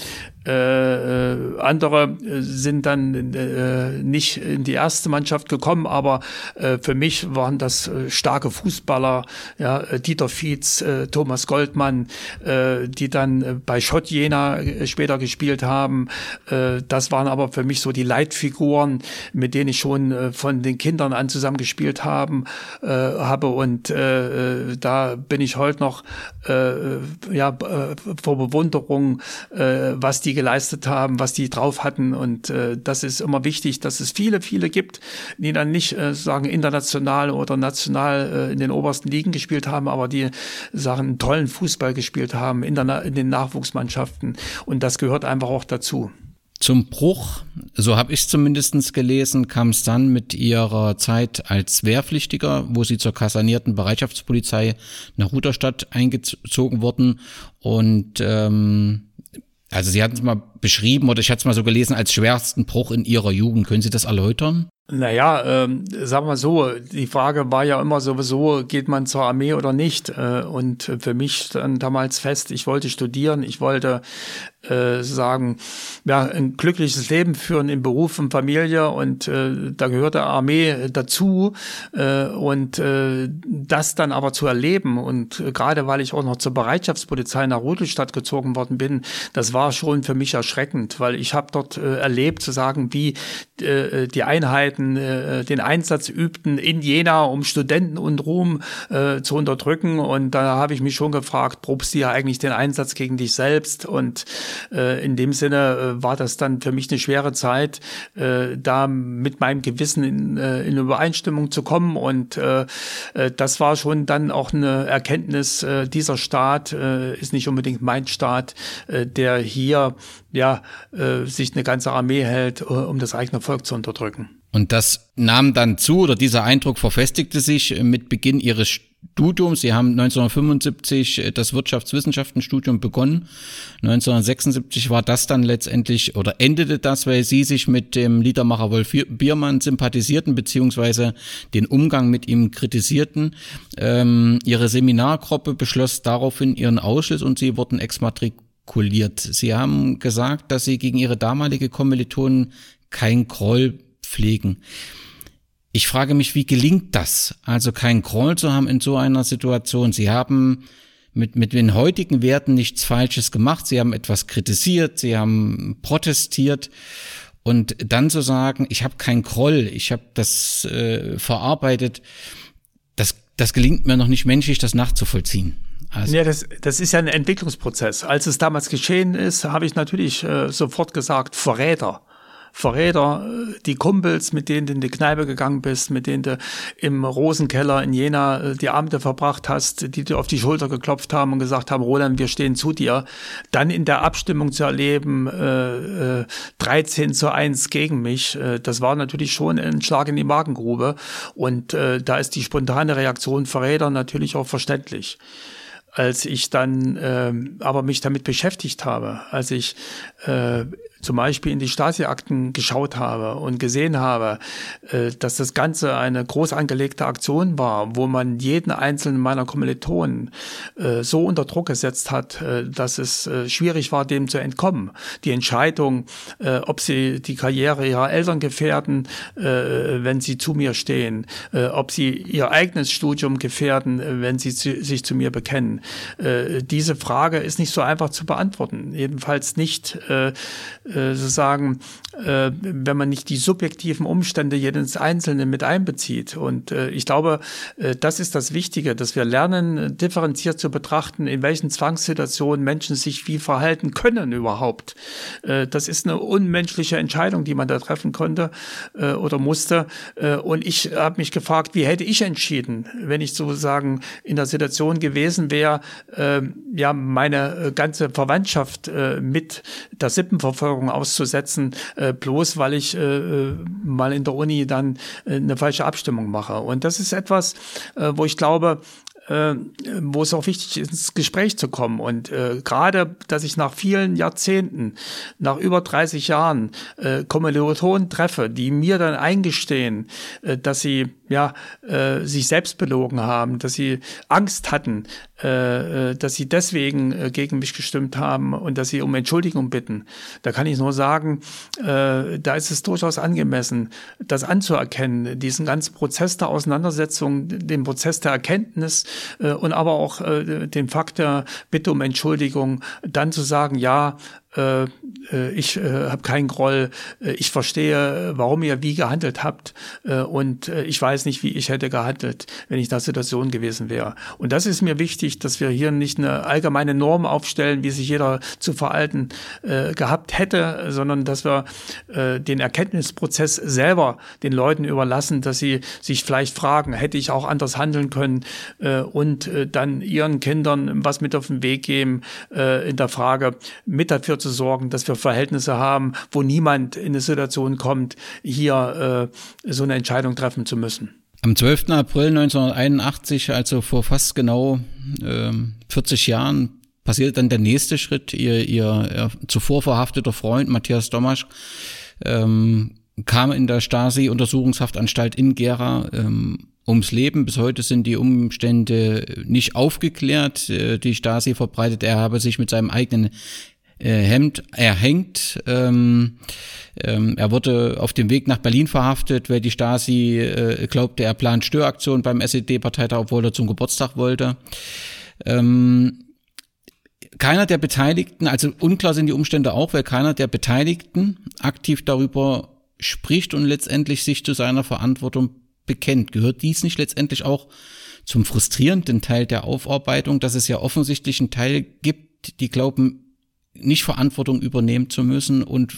Äh, andere sind dann äh, nicht in die erste Mannschaft gekommen, aber äh, für mich waren das äh, starke Fußballer, ja, Dieter Fietz, äh, Thomas Goldmann, äh, die dann äh, bei Schott Jena äh, später gespielt haben. Äh, das waren aber für mich so die Leitfiguren, mit denen ich schon äh, von den Kindern an zusammen gespielt haben, äh, habe und äh, da bin ich heute noch äh, ja äh, vor Bewunderung, äh, was die geleistet haben, was die drauf hatten und äh, das ist immer wichtig, dass es viele, viele gibt, die dann nicht äh, sagen international oder national äh, in den obersten Ligen gespielt haben, aber die sagen einen tollen Fußball gespielt haben in, der, in den Nachwuchsmannschaften und das gehört einfach auch dazu. Zum Bruch, so habe ich es zumindest gelesen, kam es dann mit ihrer Zeit als Wehrpflichtiger, wo sie zur kasernierten Bereitschaftspolizei nach Rudolstadt eingezogen wurden und ähm, also Sie hatten es mal beschrieben oder ich hatte es mal so gelesen als schwersten Bruch in Ihrer Jugend. Können Sie das erläutern? Naja, ähm, sagen wir so, die Frage war ja immer sowieso, geht man zur Armee oder nicht? Äh, und für mich stand damals fest, ich wollte studieren, ich wollte äh, sagen, ja, ein glückliches Leben führen in Beruf und Familie und äh, da gehörte Armee dazu äh, und äh, das dann aber zu erleben und äh, gerade weil ich auch noch zur Bereitschaftspolizei nach Rudolstadt gezogen worden bin, das war schon für mich erschreckend, weil ich habe dort äh, erlebt, zu sagen, wie äh, die Einheiten den Einsatz übten in Jena, um Studenten und Ruhm äh, zu unterdrücken. Und da habe ich mich schon gefragt, probst du ja eigentlich den Einsatz gegen dich selbst? Und äh, in dem Sinne äh, war das dann für mich eine schwere Zeit, äh, da mit meinem Gewissen in, äh, in Übereinstimmung zu kommen. Und äh, das war schon dann auch eine Erkenntnis, äh, dieser Staat äh, ist nicht unbedingt mein Staat, äh, der hier ja äh, sich eine ganze Armee hält, äh, um das eigene Volk zu unterdrücken. Und das nahm dann zu, oder dieser Eindruck verfestigte sich mit Beginn Ihres Studiums. Sie haben neunzehnhundertfünfundsiebzig das Wirtschaftswissenschaftenstudium begonnen. neunzehnhundertsechsundsiebzig war das dann letztendlich, oder endete das, weil Sie sich mit dem Liedermacher Wolf Biermann sympathisierten, beziehungsweise den Umgang mit ihm kritisierten. Ähm, Ihre Seminargruppe beschloss daraufhin Ihren Ausschluss und Sie wurden exmatrikuliert. Sie haben gesagt, dass Sie gegen Ihre damalige Kommilitonen kein Groll pflegen. Ich frage mich, wie gelingt das? Also kein Groll zu haben in so einer Situation. Sie haben mit, mit den heutigen Werten nichts Falsches gemacht. Sie haben etwas kritisiert, Sie haben protestiert. Und dann zu sagen, ich habe kein Groll, ich habe das äh, verarbeitet, das, das gelingt mir noch nicht menschlich, das nachzuvollziehen. Also. Ja, das, das ist ja ein Entwicklungsprozess. Als es damals geschehen ist, habe ich natürlich äh, sofort gesagt, Verräter. Verräter, die Kumpels, mit denen du in die Kneipe gegangen bist, mit denen du im Rosenkeller in Jena die Abende verbracht hast, die dir auf die Schulter geklopft haben und gesagt haben, Roland, wir stehen zu dir. Dann in der Abstimmung zu erleben, äh, äh, dreizehn zu eins gegen mich, äh, das war natürlich schon ein Schlag in die Magengrube. Und äh, da ist die spontane Reaktion Verräter natürlich auch verständlich. Als ich dann äh, aber mich damit beschäftigt habe, als ich äh, zum Beispiel in die Stasi-Akten geschaut habe und gesehen habe, äh, dass das Ganze eine groß angelegte Aktion war, wo man jeden einzelnen meiner Kommilitonen äh, so unter Druck gesetzt hat, äh, dass es äh, schwierig war, dem zu entkommen. Die Entscheidung, äh, ob sie die Karriere ihrer Eltern gefährden, äh, wenn sie zu mir stehen, äh, ob sie ihr eigenes Studium gefährden, äh, wenn sie zu, sich zu mir bekennen. Äh, diese Frage ist nicht so einfach zu beantworten. Jedenfalls nicht äh, äh, sozusagen, äh, wenn man nicht die subjektiven Umstände jedes Einzelnen mit einbezieht. Und äh, ich glaube, äh, das ist das Wichtige, dass wir lernen, differenziert zu betrachten, in welchen Zwangssituationen Menschen sich wie verhalten können überhaupt. Äh, das ist eine unmenschliche Entscheidung, die man da treffen konnte äh, oder musste. Äh, und ich habe mich gefragt, wie hätte ich entschieden, wenn ich sozusagen in der Situation gewesen wäre, äh, ja, meine ganze Verwandtschaft äh, mit der Sippenverfolgung auszusetzen, äh, bloß weil ich äh, mal in der Uni dann äh, eine falsche Abstimmung mache. Und das ist etwas, äh, wo ich glaube, äh, wo es auch wichtig ist, ins Gespräch zu kommen. Und äh, gerade, dass ich nach vielen Jahrzehnten, nach über dreißig Jahren äh, Kommilitonen treffe, die mir dann eingestehen, äh, dass sie ja äh, sich selbst belogen haben, dass sie Angst hatten, äh, dass sie deswegen äh, gegen mich gestimmt haben und dass sie um Entschuldigung bitten. Da kann ich nur sagen, äh, da ist es durchaus angemessen, das anzuerkennen, diesen ganzen Prozess der Auseinandersetzung, den Prozess der Erkenntnis äh, und aber auch äh, den Fakt der Bitte um Entschuldigung, dann zu sagen, ja, äh, ich äh, habe keinen Groll, ich verstehe, warum ihr wie gehandelt habt äh, und äh, ich weiß nicht, wie ich hätte gehandelt, wenn ich in der Situation gewesen wäre. Und das ist mir wichtig, dass wir hier nicht eine allgemeine Norm aufstellen, wie sich jeder zu verhalten äh, gehabt hätte, sondern dass wir äh, den Erkenntnisprozess selber den Leuten überlassen, dass sie sich vielleicht fragen, hätte ich auch anders handeln können äh, und äh, dann ihren Kindern was mit auf den Weg geben äh, in der Frage, mit dafür zu sorgen, dass wir Verhältnisse haben, wo niemand in eine Situation kommt, hier äh, so eine Entscheidung treffen zu müssen. Am zwölften April neunzehnhunderteinundachtzig, also vor fast genau äh, vierzig Jahren, passiert dann der nächste Schritt. Ihr, ihr, ihr zuvor verhafteter Freund Matthias Domaschk ähm, kam in der Stasi-Untersuchungshaftanstalt in Gera ähm, ums Leben. Bis heute sind die Umstände nicht aufgeklärt. Die Stasi verbreitet, er habe sich mit seinem eigenen Hemd erhängt. Ähm, ähm, er wurde auf dem Weg nach Berlin verhaftet, weil die Stasi äh, glaubte, er plant Störaktionen beim S E D-Parteitag, obwohl er zum Geburtstag wollte. Ähm, keiner der Beteiligten, also unklar sind die Umstände auch, weil keiner der Beteiligten aktiv darüber spricht und letztendlich sich zu seiner Verantwortung bekennt. Gehört dies nicht letztendlich auch zum frustrierenden Teil der Aufarbeitung, dass es ja offensichtlich einen Teil gibt, die glauben, nicht Verantwortung übernehmen zu müssen und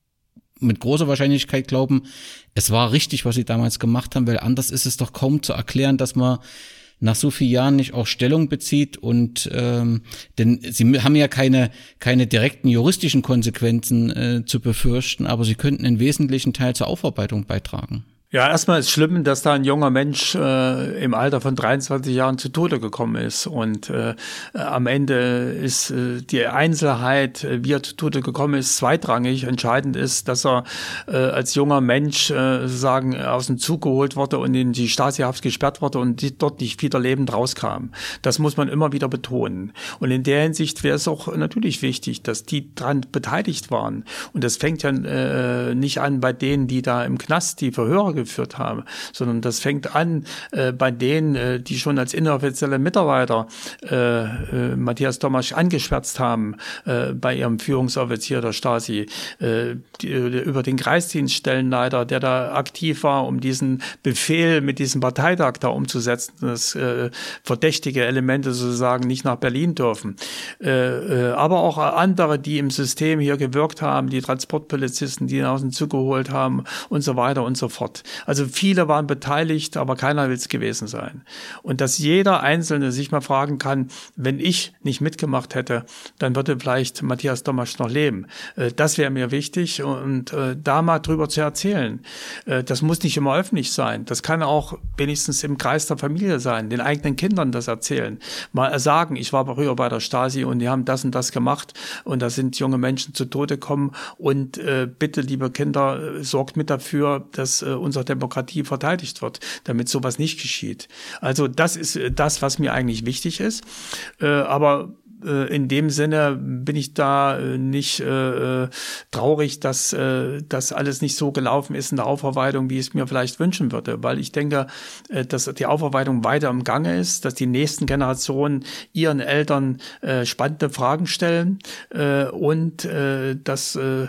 mit großer Wahrscheinlichkeit glauben, es war richtig, was sie damals gemacht haben, weil anders ist es doch kaum zu erklären, dass man nach so vielen Jahren nicht auch Stellung bezieht und ähm, denn sie haben ja keine keine direkten juristischen Konsequenzen äh, zu befürchten, aber sie könnten einen wesentlichen Teil zur Aufarbeitung beitragen. Ja, erstmal ist schlimm, dass da ein junger Mensch äh, im Alter von dreiundzwanzig Jahren zu Tode gekommen ist. Und äh, am Ende ist äh, die Einzelheit, wie er zu Tode gekommen ist, zweitrangig. Entscheidend ist, dass er äh, als junger Mensch äh, sozusagen aus dem Zug geholt wurde und in die Stasi-Haft gesperrt wurde und die, dort nicht wieder lebend rauskam. Das muss man immer wieder betonen. Und in der Hinsicht wäre es auch natürlich wichtig, dass die daran beteiligt waren. Und das fängt ja äh, nicht an bei denen, die da im Knast die Verhöre geführt haben, sondern das fängt an äh, bei denen, äh, die schon als inoffizielle Mitarbeiter äh, äh, Matthias Domaschk angeschwärzt haben äh, bei ihrem Führungsoffizier der Stasi, äh, die, über den Kreisdienststellenleiter, der da aktiv war, um diesen Befehl mit diesem Parteitag da umzusetzen, dass äh, verdächtige Elemente sozusagen nicht nach Berlin dürfen. Äh, äh, aber auch andere, die im System hier gewirkt haben, die Transportpolizisten, die ihn aus dem Zug geholt haben und so weiter und so fort. Also viele waren beteiligt, aber keiner will es gewesen sein. Und dass jeder Einzelne sich mal fragen kann, wenn ich nicht mitgemacht hätte, dann würde vielleicht Matthias Domaschk noch leben. Das wäre mir wichtig und da mal drüber zu erzählen. Das muss nicht immer öffentlich sein. Das kann auch wenigstens im Kreis der Familie sein, den eigenen Kindern das erzählen. Mal sagen, ich war früher bei der Stasi und die haben das und das gemacht und da sind junge Menschen zu Tode gekommen und bitte, liebe Kinder, sorgt mit dafür, dass unser Demokratie verteidigt wird, damit sowas nicht geschieht. Also das ist das, was mir eigentlich wichtig ist. Äh, aber in dem Sinne bin ich da nicht äh, traurig, dass äh, das alles nicht so gelaufen ist in der Aufarbeitung, wie ich es mir vielleicht wünschen würde, weil ich denke, äh, dass die Aufarbeitung weiter im Gange ist, dass die nächsten Generationen ihren Eltern äh, spannende Fragen stellen äh, und äh, dass äh,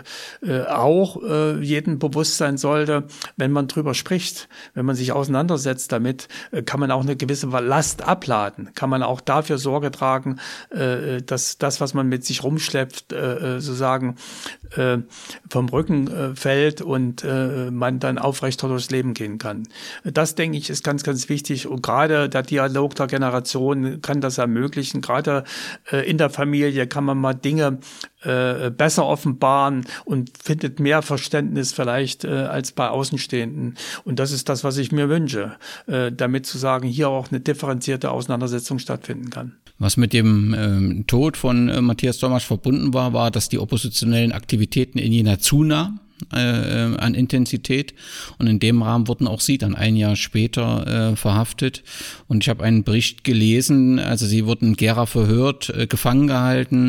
auch äh, jedem bewusst sein sollte, wenn man drüber spricht, wenn man sich auseinandersetzt damit, äh, kann man auch eine gewisse Last abladen, kann man auch dafür Sorge tragen, äh, dass das, was man mit sich rumschleppt, äh, sozusagen äh, vom Rücken äh, fällt und äh, man dann aufrechter durchs Leben gehen kann. Das, denke ich, ist ganz, ganz wichtig und gerade der Dialog der Generation kann das ermöglichen. Gerade äh, in der Familie kann man mal Dinge äh, besser offenbaren und findet mehr Verständnis vielleicht äh, als bei Außenstehenden. Und das ist das, was ich mir wünsche, äh, damit zu sagen, hier auch eine differenzierte Auseinandersetzung stattfinden kann. Was mit dem ähm, Tod von äh, Matthias Tomasch verbunden war, war, dass die oppositionellen Aktivitäten in Jena zunahmen äh, an Intensität und in dem Rahmen wurden auch Sie dann ein Jahr später äh, verhaftet und ich habe einen Bericht gelesen, also Sie wurden in Gera verhört, äh, gefangen gehalten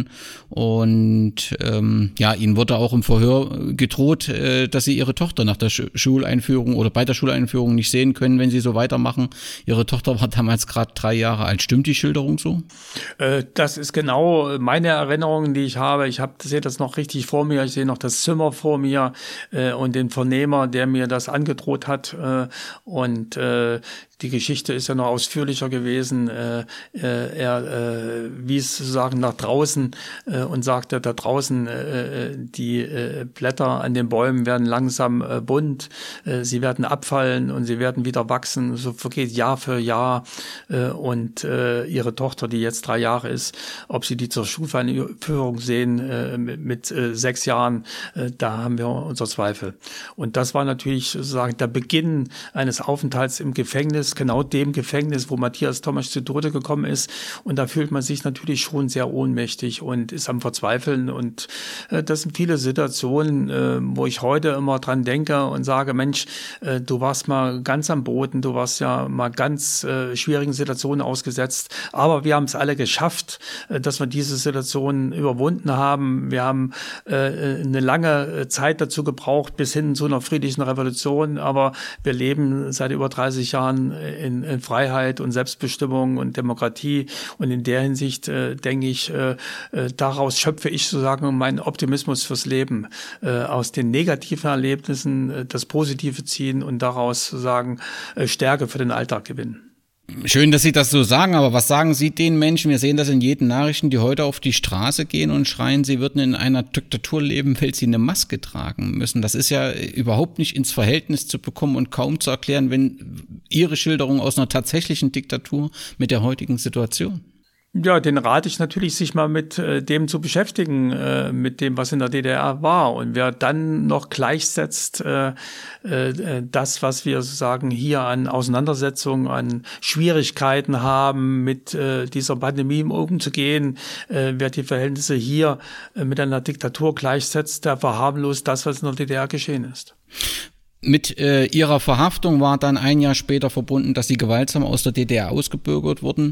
und ähm, ja, Ihnen wurde auch im Verhör gedroht, äh, dass Sie Ihre Tochter nach der Sch- Schuleinführung oder bei der Schuleinführung nicht sehen können, wenn Sie so weitermachen. Ihre Tochter war damals gerade drei Jahre alt. Stimmt die Schilderung so? Äh, das ist genau meine Erinnerung, die ich habe. Ich hab, sehe das noch richtig vor mir. Ich sehe noch das Zimmer vor mir äh, und den Vernehmer, der mir das angedroht hat. Äh, und äh, die Geschichte ist ja noch ausführlicher gewesen. Äh, äh, er äh, wies sozusagen nach draußen äh, und sagte, da draußen äh, die äh, Blätter an den Bäumen werden langsam äh, bunt, äh, sie werden abfallen und sie werden wieder wachsen. So vergeht Jahr für Jahr. Äh, und äh, ihre Tochter, die jetzt drei Jahre ist, ob sie die zur Schuleinführung sehen äh, mit, mit äh, sechs Jahren, äh, da haben wir unsere Zweifel. Und das war natürlich sozusagen der Beginn eines Aufenthalts im Gefängnis, genau dem Gefängnis, wo Matthias Tomasch zu Tode gekommen ist. Und da fühlt man sich natürlich schon sehr ohnmächtig und ist am Verzweifeln. Und äh, das sind viele Situationen, äh, wo ich heute immer dran denke und sage, Mensch, äh, du warst mal ganz am Boden, du warst ja mal ganz äh, schwierigen Situationen ausgesetzt. Aber wir haben es alle geschafft, äh, dass wir diese Situation überwunden haben. Wir haben äh, eine lange Zeit dazu gebraucht, bis hin zu einer friedlichen Revolution. Aber wir leben seit über dreißig Jahren in, in Freiheit und Selbstbestimmung und Demokratie. Und in der Hinsicht äh, denke ich, äh, äh, daraus schöpfe ich sozusagen meinen Optimismus fürs Leben. Äh, aus den negativen Erlebnissen äh, das Positive ziehen und daraus sozusagen äh, Stärke für den Alltag gewinnen. Schön, dass Sie das so sagen, aber was sagen Sie den Menschen? Wir sehen das in jeden Nachrichten, die heute auf die Straße gehen und schreien, sie würden in einer Diktatur leben, weil sie eine Maske tragen müssen. Das ist ja überhaupt nicht ins Verhältnis zu bekommen und kaum zu erklären, wenn Ihre Schilderung aus einer tatsächlichen Diktatur mit der heutigen Situation. Ja, den rate ich natürlich, sich mal mit äh, dem zu beschäftigen, äh, mit dem, was in der D D R war. Und wer dann noch gleichsetzt, äh, äh, das, was wir sozusagen hier an Auseinandersetzungen, an Schwierigkeiten haben, mit äh, dieser Pandemie umzugehen, äh, wer die Verhältnisse hier äh, mit einer Diktatur gleichsetzt, der verharmlost das, was in der D D R geschehen ist. Mit äh, ihrer Verhaftung war dann ein Jahr später verbunden, dass sie gewaltsam aus der D D R ausgebürgert wurden.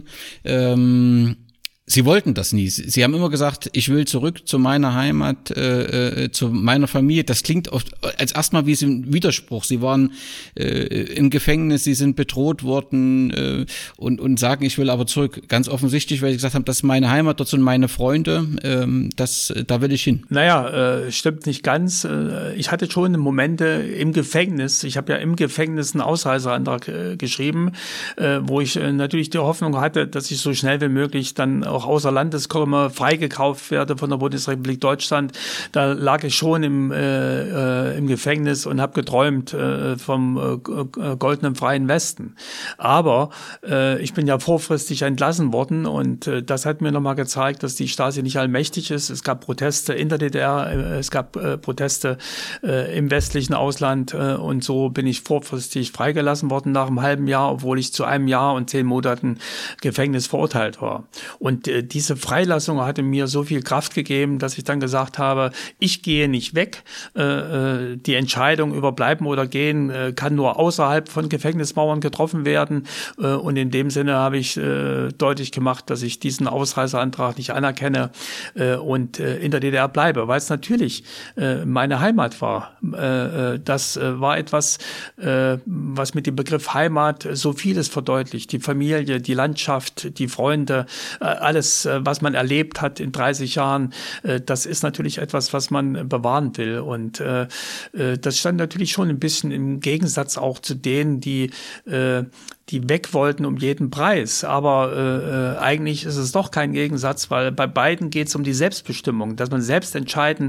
Ähm, Sie wollten das nie. Sie haben immer gesagt, ich will zurück zu meiner Heimat, äh, zu meiner Familie. Das klingt oft als erstmal wie ein Widerspruch. Sie waren äh, im Gefängnis, sie sind bedroht worden äh, und, und sagen, ich will aber zurück. Ganz offensichtlich, weil sie gesagt haben, das ist meine Heimat, dort sind meine Freunde, ähm, das, da will ich hin. Naja, äh, stimmt nicht ganz. Äh, ich hatte schon Momente im Gefängnis. Ich habe ja im Gefängnis einen Ausreiseantrag äh, geschrieben, äh, wo ich äh, natürlich die Hoffnung hatte, dass ich so schnell wie möglich dann auch außer Landes komme, freigekauft werde von der Bundesrepublik Deutschland. Da lag ich schon im, äh, äh, im Gefängnis und habe geträumt äh, vom äh, goldenen freien Westen. Aber äh, ich bin ja vorfristig entlassen worden und äh, das hat mir nochmal gezeigt, dass die Stasi nicht allmächtig ist. Es gab Proteste in der D D R, äh, es gab äh, Proteste äh, im westlichen Ausland äh, und so bin ich vorfristig freigelassen worden nach einem halben Jahr, obwohl ich zu einem Jahr und zehn Monaten Gefängnis verurteilt war. Und äh, diese Freilassung hatte mir so viel Kraft gegeben, dass ich dann gesagt habe, ich gehe nicht weg. Äh, die Entscheidung über bleiben oder gehen äh, kann nur außerhalb von Gefängnismauern getroffen werden. Äh, und in dem Sinne habe ich äh, deutlich gemacht, dass ich diesen Ausreiseantrag nicht anerkenne äh, und äh, in der D D R bleibe, weil es natürlich äh, meine Heimat war. Äh, das äh, war etwas, äh, was mit dem Begriff Heimat so vieles verdeutlicht. Die Familie, die Landschaft, die Freunde, äh, alles, was man erlebt hat in dreißig Jahren, das ist natürlich etwas, was man bewahren will. Und das stand natürlich schon ein bisschen im Gegensatz auch zu denen, die die weg wollten um jeden Preis. Aber äh, eigentlich ist es doch kein Gegensatz, weil bei beiden geht es um die Selbstbestimmung, dass man selbst entscheiden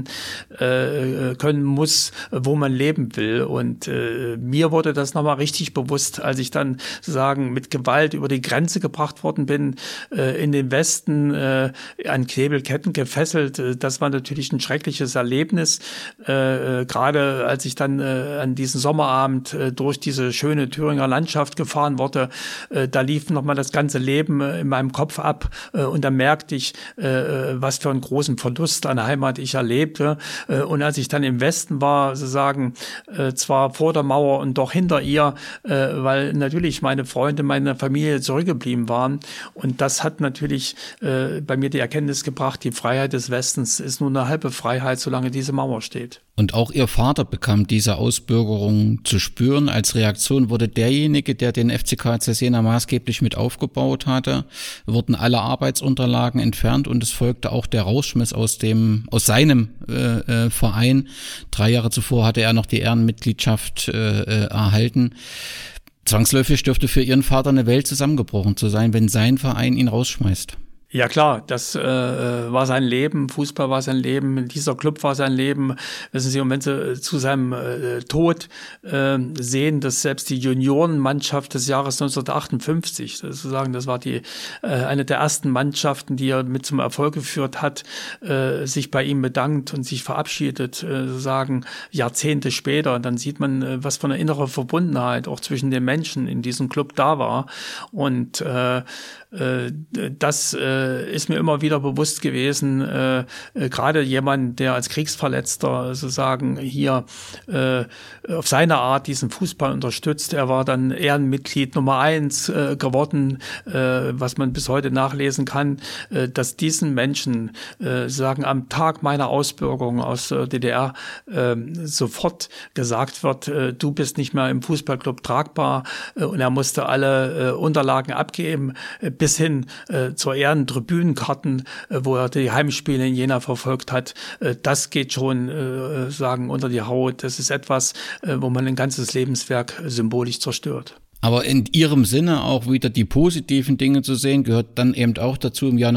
äh, können muss, wo man leben will. Und äh, mir wurde das nochmal richtig bewusst, als ich dann sozusagen mit Gewalt über die Grenze gebracht worden bin, äh, in den Westen äh, an Knebelketten gefesselt. Das war natürlich ein schreckliches Erlebnis, äh, gerade als ich dann äh, an diesem Sommerabend äh, durch diese schöne Thüringer Landschaft gefahren wurde. Äh, da lief nochmal das ganze Leben äh, in meinem Kopf ab äh, und da merkte ich, äh, was für einen großen Verlust an Heimat ich erlebte. Äh, und als ich dann im Westen war, sozusagen äh, zwar vor der Mauer und doch hinter ihr, äh, weil natürlich meine Freunde, meine Familie zurückgeblieben waren. Und das hat natürlich äh, bei mir die Erkenntnis gebracht, die Freiheit des Westens ist nur eine halbe Freiheit, solange diese Mauer steht. Und auch Ihr Vater bekam diese Ausbürgerung zu spüren. Als Reaktion wurde derjenige, der den F C K Z Jena maßgeblich mit aufgebaut hatte, wurden alle Arbeitsunterlagen entfernt und es folgte auch der Rausschmiss aus dem, aus seinem äh, äh, Verein. Drei Jahre zuvor hatte er noch die Ehrenmitgliedschaft äh, äh, erhalten. Zwangsläufig dürfte für Ihren Vater eine Welt zusammengebrochen zu sein, wenn sein Verein ihn rausschmeißt. Ja klar, das äh, war sein Leben, Fußball war sein Leben, dieser Club war sein Leben. Wissen Sie, und wenn Sie zu seinem äh, Tod äh, sehen, dass selbst die Juniorenmannschaft des Jahres neunzehnhundertachtundfünfzig, sozusagen, das war die äh, eine der ersten Mannschaften, die er mit zum Erfolg geführt hat, äh, sich bei ihm bedankt und sich verabschiedet, äh, sozusagen Jahrzehnte später, dann sieht man, äh, was für eine innere Verbundenheit auch zwischen den Menschen in diesem Club da war. Und äh, äh, das äh, ist mir immer wieder bewusst gewesen, äh, äh, gerade jemand, der als Kriegsverletzter sozusagen hier äh, auf seine Art diesen Fußball unterstützt. Er war dann Ehrenmitglied Nummer eins äh, geworden, äh, was man bis heute nachlesen kann, äh, dass diesen Menschen äh, sagen am Tag meiner Ausbürgerung aus der D D R äh, sofort gesagt wird, äh, du bist nicht mehr im Fußballclub tragbar, äh, und er musste alle äh, Unterlagen abgeben, äh, bis hin äh, zur Ehrentribünenkarten, äh, wo er die Heimspiele in Jena verfolgt hat. Äh, das geht schon äh, sagen unter die Haut. Das ist etwas, äh, wo man ein ganzes Lebenswerk symbolisch zerstört. Aber in Ihrem Sinne auch wieder die positiven Dinge zu sehen, gehört dann eben auch dazu im Jahr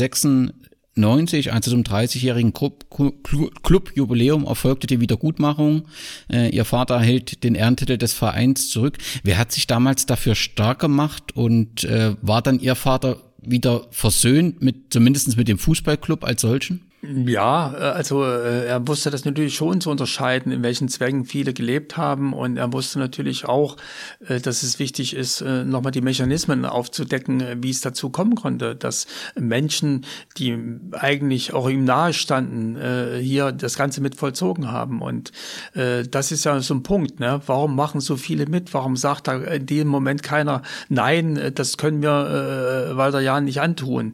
neunzehnhundertsechsundneunzig, als es zum dreißigjährigen Clubjubiläum erfolgte die Wiedergutmachung. Äh, Ihr Vater erhält den Ehrentitel des Vereins zurück. Wer hat sich damals dafür stark gemacht und äh, war dann Ihr Vater wieder versöhnt mit, zumindest mit dem Fußballclub als solchen? Ja, also er wusste das natürlich schon zu unterscheiden, in welchen Zwängen viele gelebt haben, und er wusste natürlich auch, dass es wichtig ist, nochmal die Mechanismen aufzudecken, wie es dazu kommen konnte, dass Menschen, die eigentlich auch ihm nahe standen, hier das Ganze mit vollzogen haben. Und das ist ja so ein Punkt, ne? Warum machen so viele mit? Warum sagt da in dem Moment keiner, nein, das können wir Walter Jahn nicht antun,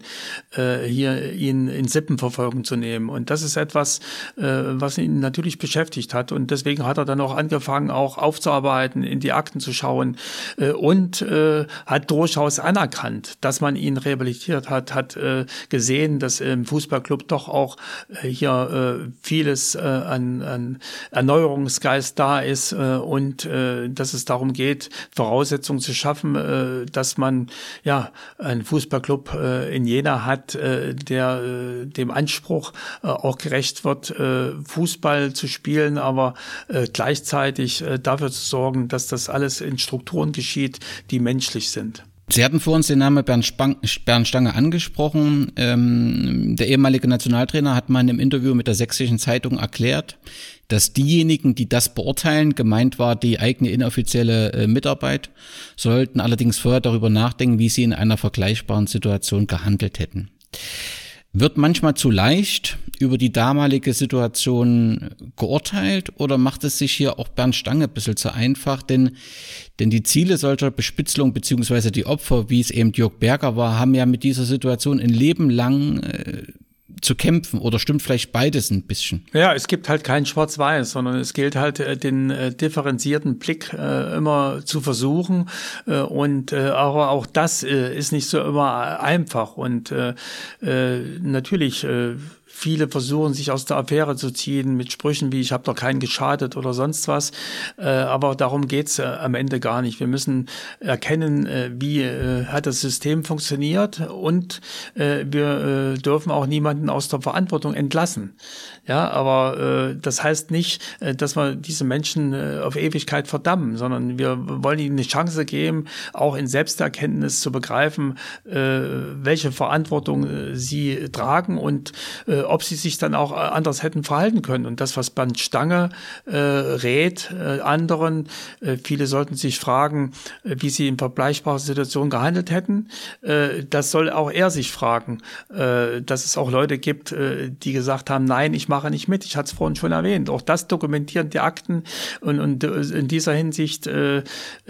hier ihn in Sippenverfolgung zu nehmen. Und das ist etwas, äh, was ihn natürlich beschäftigt hat. Und deswegen hat er dann auch angefangen, auch aufzuarbeiten, in die Akten zu schauen äh, und äh, hat durchaus anerkannt, dass man ihn rehabilitiert hat, hat äh, gesehen, dass im Fußballclub doch auch äh, hier äh, vieles äh, an, an Erneuerungsgeist da ist äh, und äh, dass es darum geht, Voraussetzungen zu schaffen, äh, dass man ja einen Fußballclub äh, in Jena hat, äh, der äh, dem Anspruch auch gerecht wird, Fußball zu spielen, aber gleichzeitig dafür zu sorgen, dass das alles in Strukturen geschieht, die menschlich sind. Sie hatten vor uns den Namen Bernd, Spang, Bernd Stange angesprochen. Ähm, der ehemalige Nationaltrainer hat mal in einem Interview mit der Sächsischen Zeitung erklärt, dass diejenigen, die das beurteilen, gemeint war die eigene inoffizielle äh, Mitarbeit, sollten allerdings vorher darüber nachdenken, wie sie in einer vergleichbaren Situation gehandelt hätten. Wird manchmal zu leicht über die damalige Situation geurteilt oder macht es sich hier auch Bernd Stange ein bisschen zu einfach? Denn, denn die Ziele solcher Bespitzelung beziehungsweise die Opfer, wie es eben Jörg Berger war, haben ja mit dieser Situation ein Leben lang äh, zu kämpfen, oder stimmt vielleicht beides ein bisschen? Ja, es gibt halt kein Schwarz-Weiß, sondern es gilt halt äh, den äh, differenzierten Blick äh, immer zu versuchen äh, und äh, aber auch das äh, ist nicht so immer einfach und äh, äh, natürlich äh, viele versuchen, sich aus der Affäre zu ziehen mit Sprüchen wie, ich habe doch keinen geschadet oder sonst was. Äh, aber darum geht's äh, am Ende gar nicht. Wir müssen erkennen, äh, wie äh, hat das System funktioniert und äh, wir äh, dürfen auch niemanden aus der Verantwortung entlassen. Ja, aber äh, das heißt nicht, äh, dass wir diese Menschen äh, auf Ewigkeit verdammen, sondern wir wollen ihnen eine Chance geben, auch in Selbsterkenntnis zu begreifen, äh, welche Verantwortung äh, sie tragen und äh, ob sie sich dann auch anders hätten verhalten können. Und das, was Bernd Stange äh, rät äh, anderen, äh, viele sollten sich fragen, äh, wie sie in vergleichbarer Situation gehandelt hätten. Äh, das soll auch er sich fragen, äh, dass es auch Leute gibt, äh, die gesagt haben, nein, ich mache nicht mit. Ich hatte es vorhin schon erwähnt. Auch das dokumentieren die Akten und, und in dieser Hinsicht äh,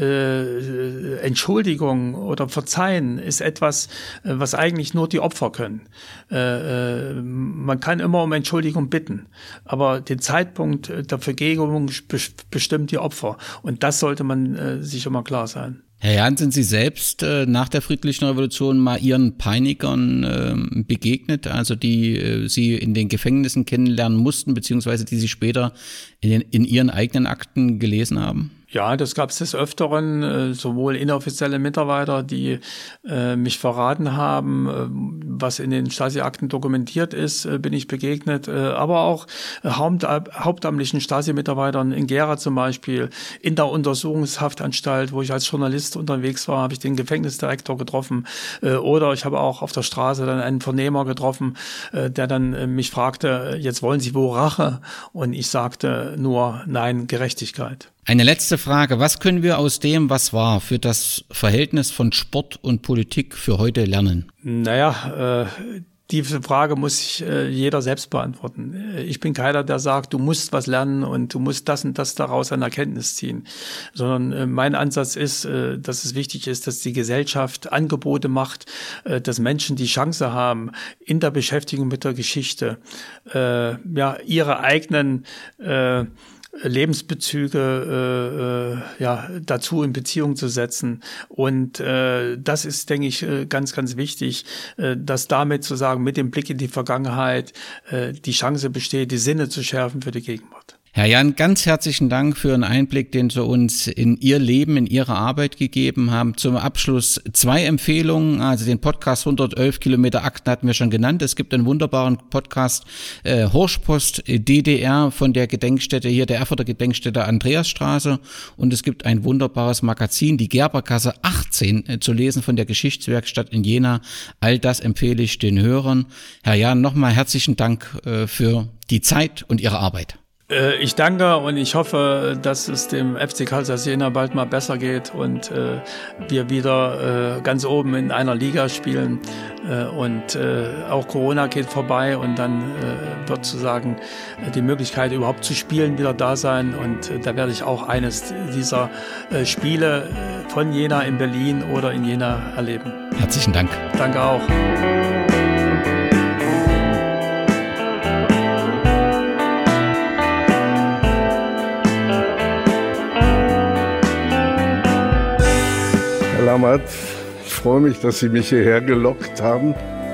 äh, Entschuldigung oder Verzeihen ist etwas, äh, was eigentlich nur die Opfer können. Äh, äh, man kann immer um Entschuldigung bitten, aber den Zeitpunkt der Vergebung bestimmt die Opfer und das sollte man äh, sich immer klar sein. Herr Jahn, sind Sie selbst äh, nach der Friedlichen Revolution mal Ihren Peinigern äh, begegnet, also die äh, Sie in den Gefängnissen kennenlernen mussten, beziehungsweise die Sie später in, den, in Ihren eigenen Akten gelesen haben? Ja, das gab es des Öfteren, äh, sowohl inoffizielle Mitarbeiter, die äh, mich verraten haben, äh, was in den Stasi-Akten dokumentiert ist, äh, bin ich begegnet, äh, aber auch äh, haupt, hauptamtlichen Stasi-Mitarbeitern in Gera zum Beispiel, in der Untersuchungshaftanstalt, wo ich als Journalist unterwegs war, habe ich den Gefängnisdirektor getroffen äh, oder ich habe auch auf der Straße dann einen Vernehmer getroffen, äh, der dann äh, mich fragte, jetzt wollen Sie wo Rache? Und ich sagte nur, nein, Gerechtigkeit. Eine letzte Frage. Was können wir aus dem, was war, für das Verhältnis von Sport und Politik für heute lernen? Naja, äh, diese Frage muss sich äh, jeder selbst beantworten. Ich bin keiner, der sagt, du musst was lernen und du musst das und das daraus an Erkenntnis ziehen. Sondern äh, mein Ansatz ist, äh, dass es wichtig ist, dass die Gesellschaft Angebote macht, äh, dass Menschen die Chance haben, in der Beschäftigung mit der Geschichte äh, ja ihre eigenen äh, Lebensbezüge äh, ja dazu in Beziehung zu setzen und äh, das ist, denke ich, ganz, ganz wichtig, äh, dass damit zu sagen, mit dem Blick in die Vergangenheit äh, die Chance besteht, die Sinne zu schärfen für die Gegenwart. Herr Jahn, ganz herzlichen Dank für einen Einblick, den Sie uns in Ihr Leben, in Ihre Arbeit gegeben haben. Zum Abschluss zwei Empfehlungen. Also den Podcast hundertelf Kilometer Akten hatten wir schon genannt. Es gibt einen wunderbaren Podcast äh, Horschpost D D R von der Gedenkstätte hier, der Erfurter Gedenkstätte Andreasstraße. Und es gibt ein wunderbares Magazin, die Gerbergasse achtzehn, äh, zu lesen von der Geschichtswerkstatt in Jena. All das empfehle ich den Hörern. Herr Jahn, nochmal herzlichen Dank äh, für die Zeit und Ihre Arbeit. Ich danke und ich hoffe, dass es dem F C Carl Zeiss Jena bald mal besser geht und äh, wir wieder äh, ganz oben in einer Liga spielen äh, und äh, auch Corona geht vorbei und dann äh, wird sozusagen die Möglichkeit überhaupt zu spielen wieder da sein und äh, da werde ich auch eines dieser äh, Spiele äh, von Jena in Berlin oder in Jena erleben. Herzlichen Dank. Danke auch. Herr Lammert, ich freue mich, dass Sie mich hierher gelockt haben.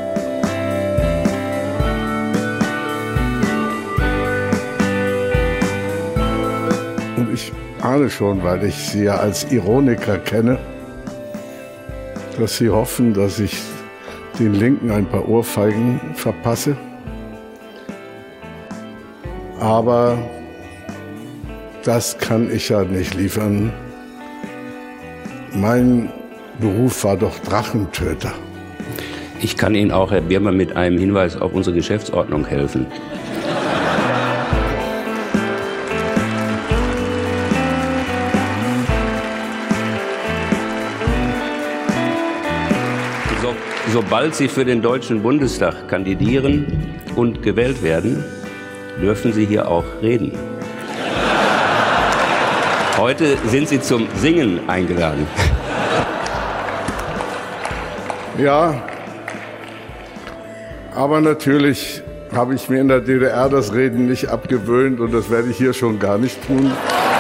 Und ich ahne schon, weil ich Sie ja als Ironiker kenne, dass Sie hoffen, dass ich den Linken ein paar Ohrfeigen verpasse. Aber das kann ich ja nicht liefern. Mein Beruf war doch Drachentöter. Ich kann Ihnen auch, Herr Biermann, mit einem Hinweis auf unsere Geschäftsordnung helfen. So, sobald Sie für den Deutschen Bundestag kandidieren und gewählt werden, dürfen Sie hier auch reden. Heute sind Sie zum Singen eingeladen. Ja, aber natürlich habe ich mir in der D D R das Reden nicht abgewöhnt und das werde ich hier schon gar nicht tun.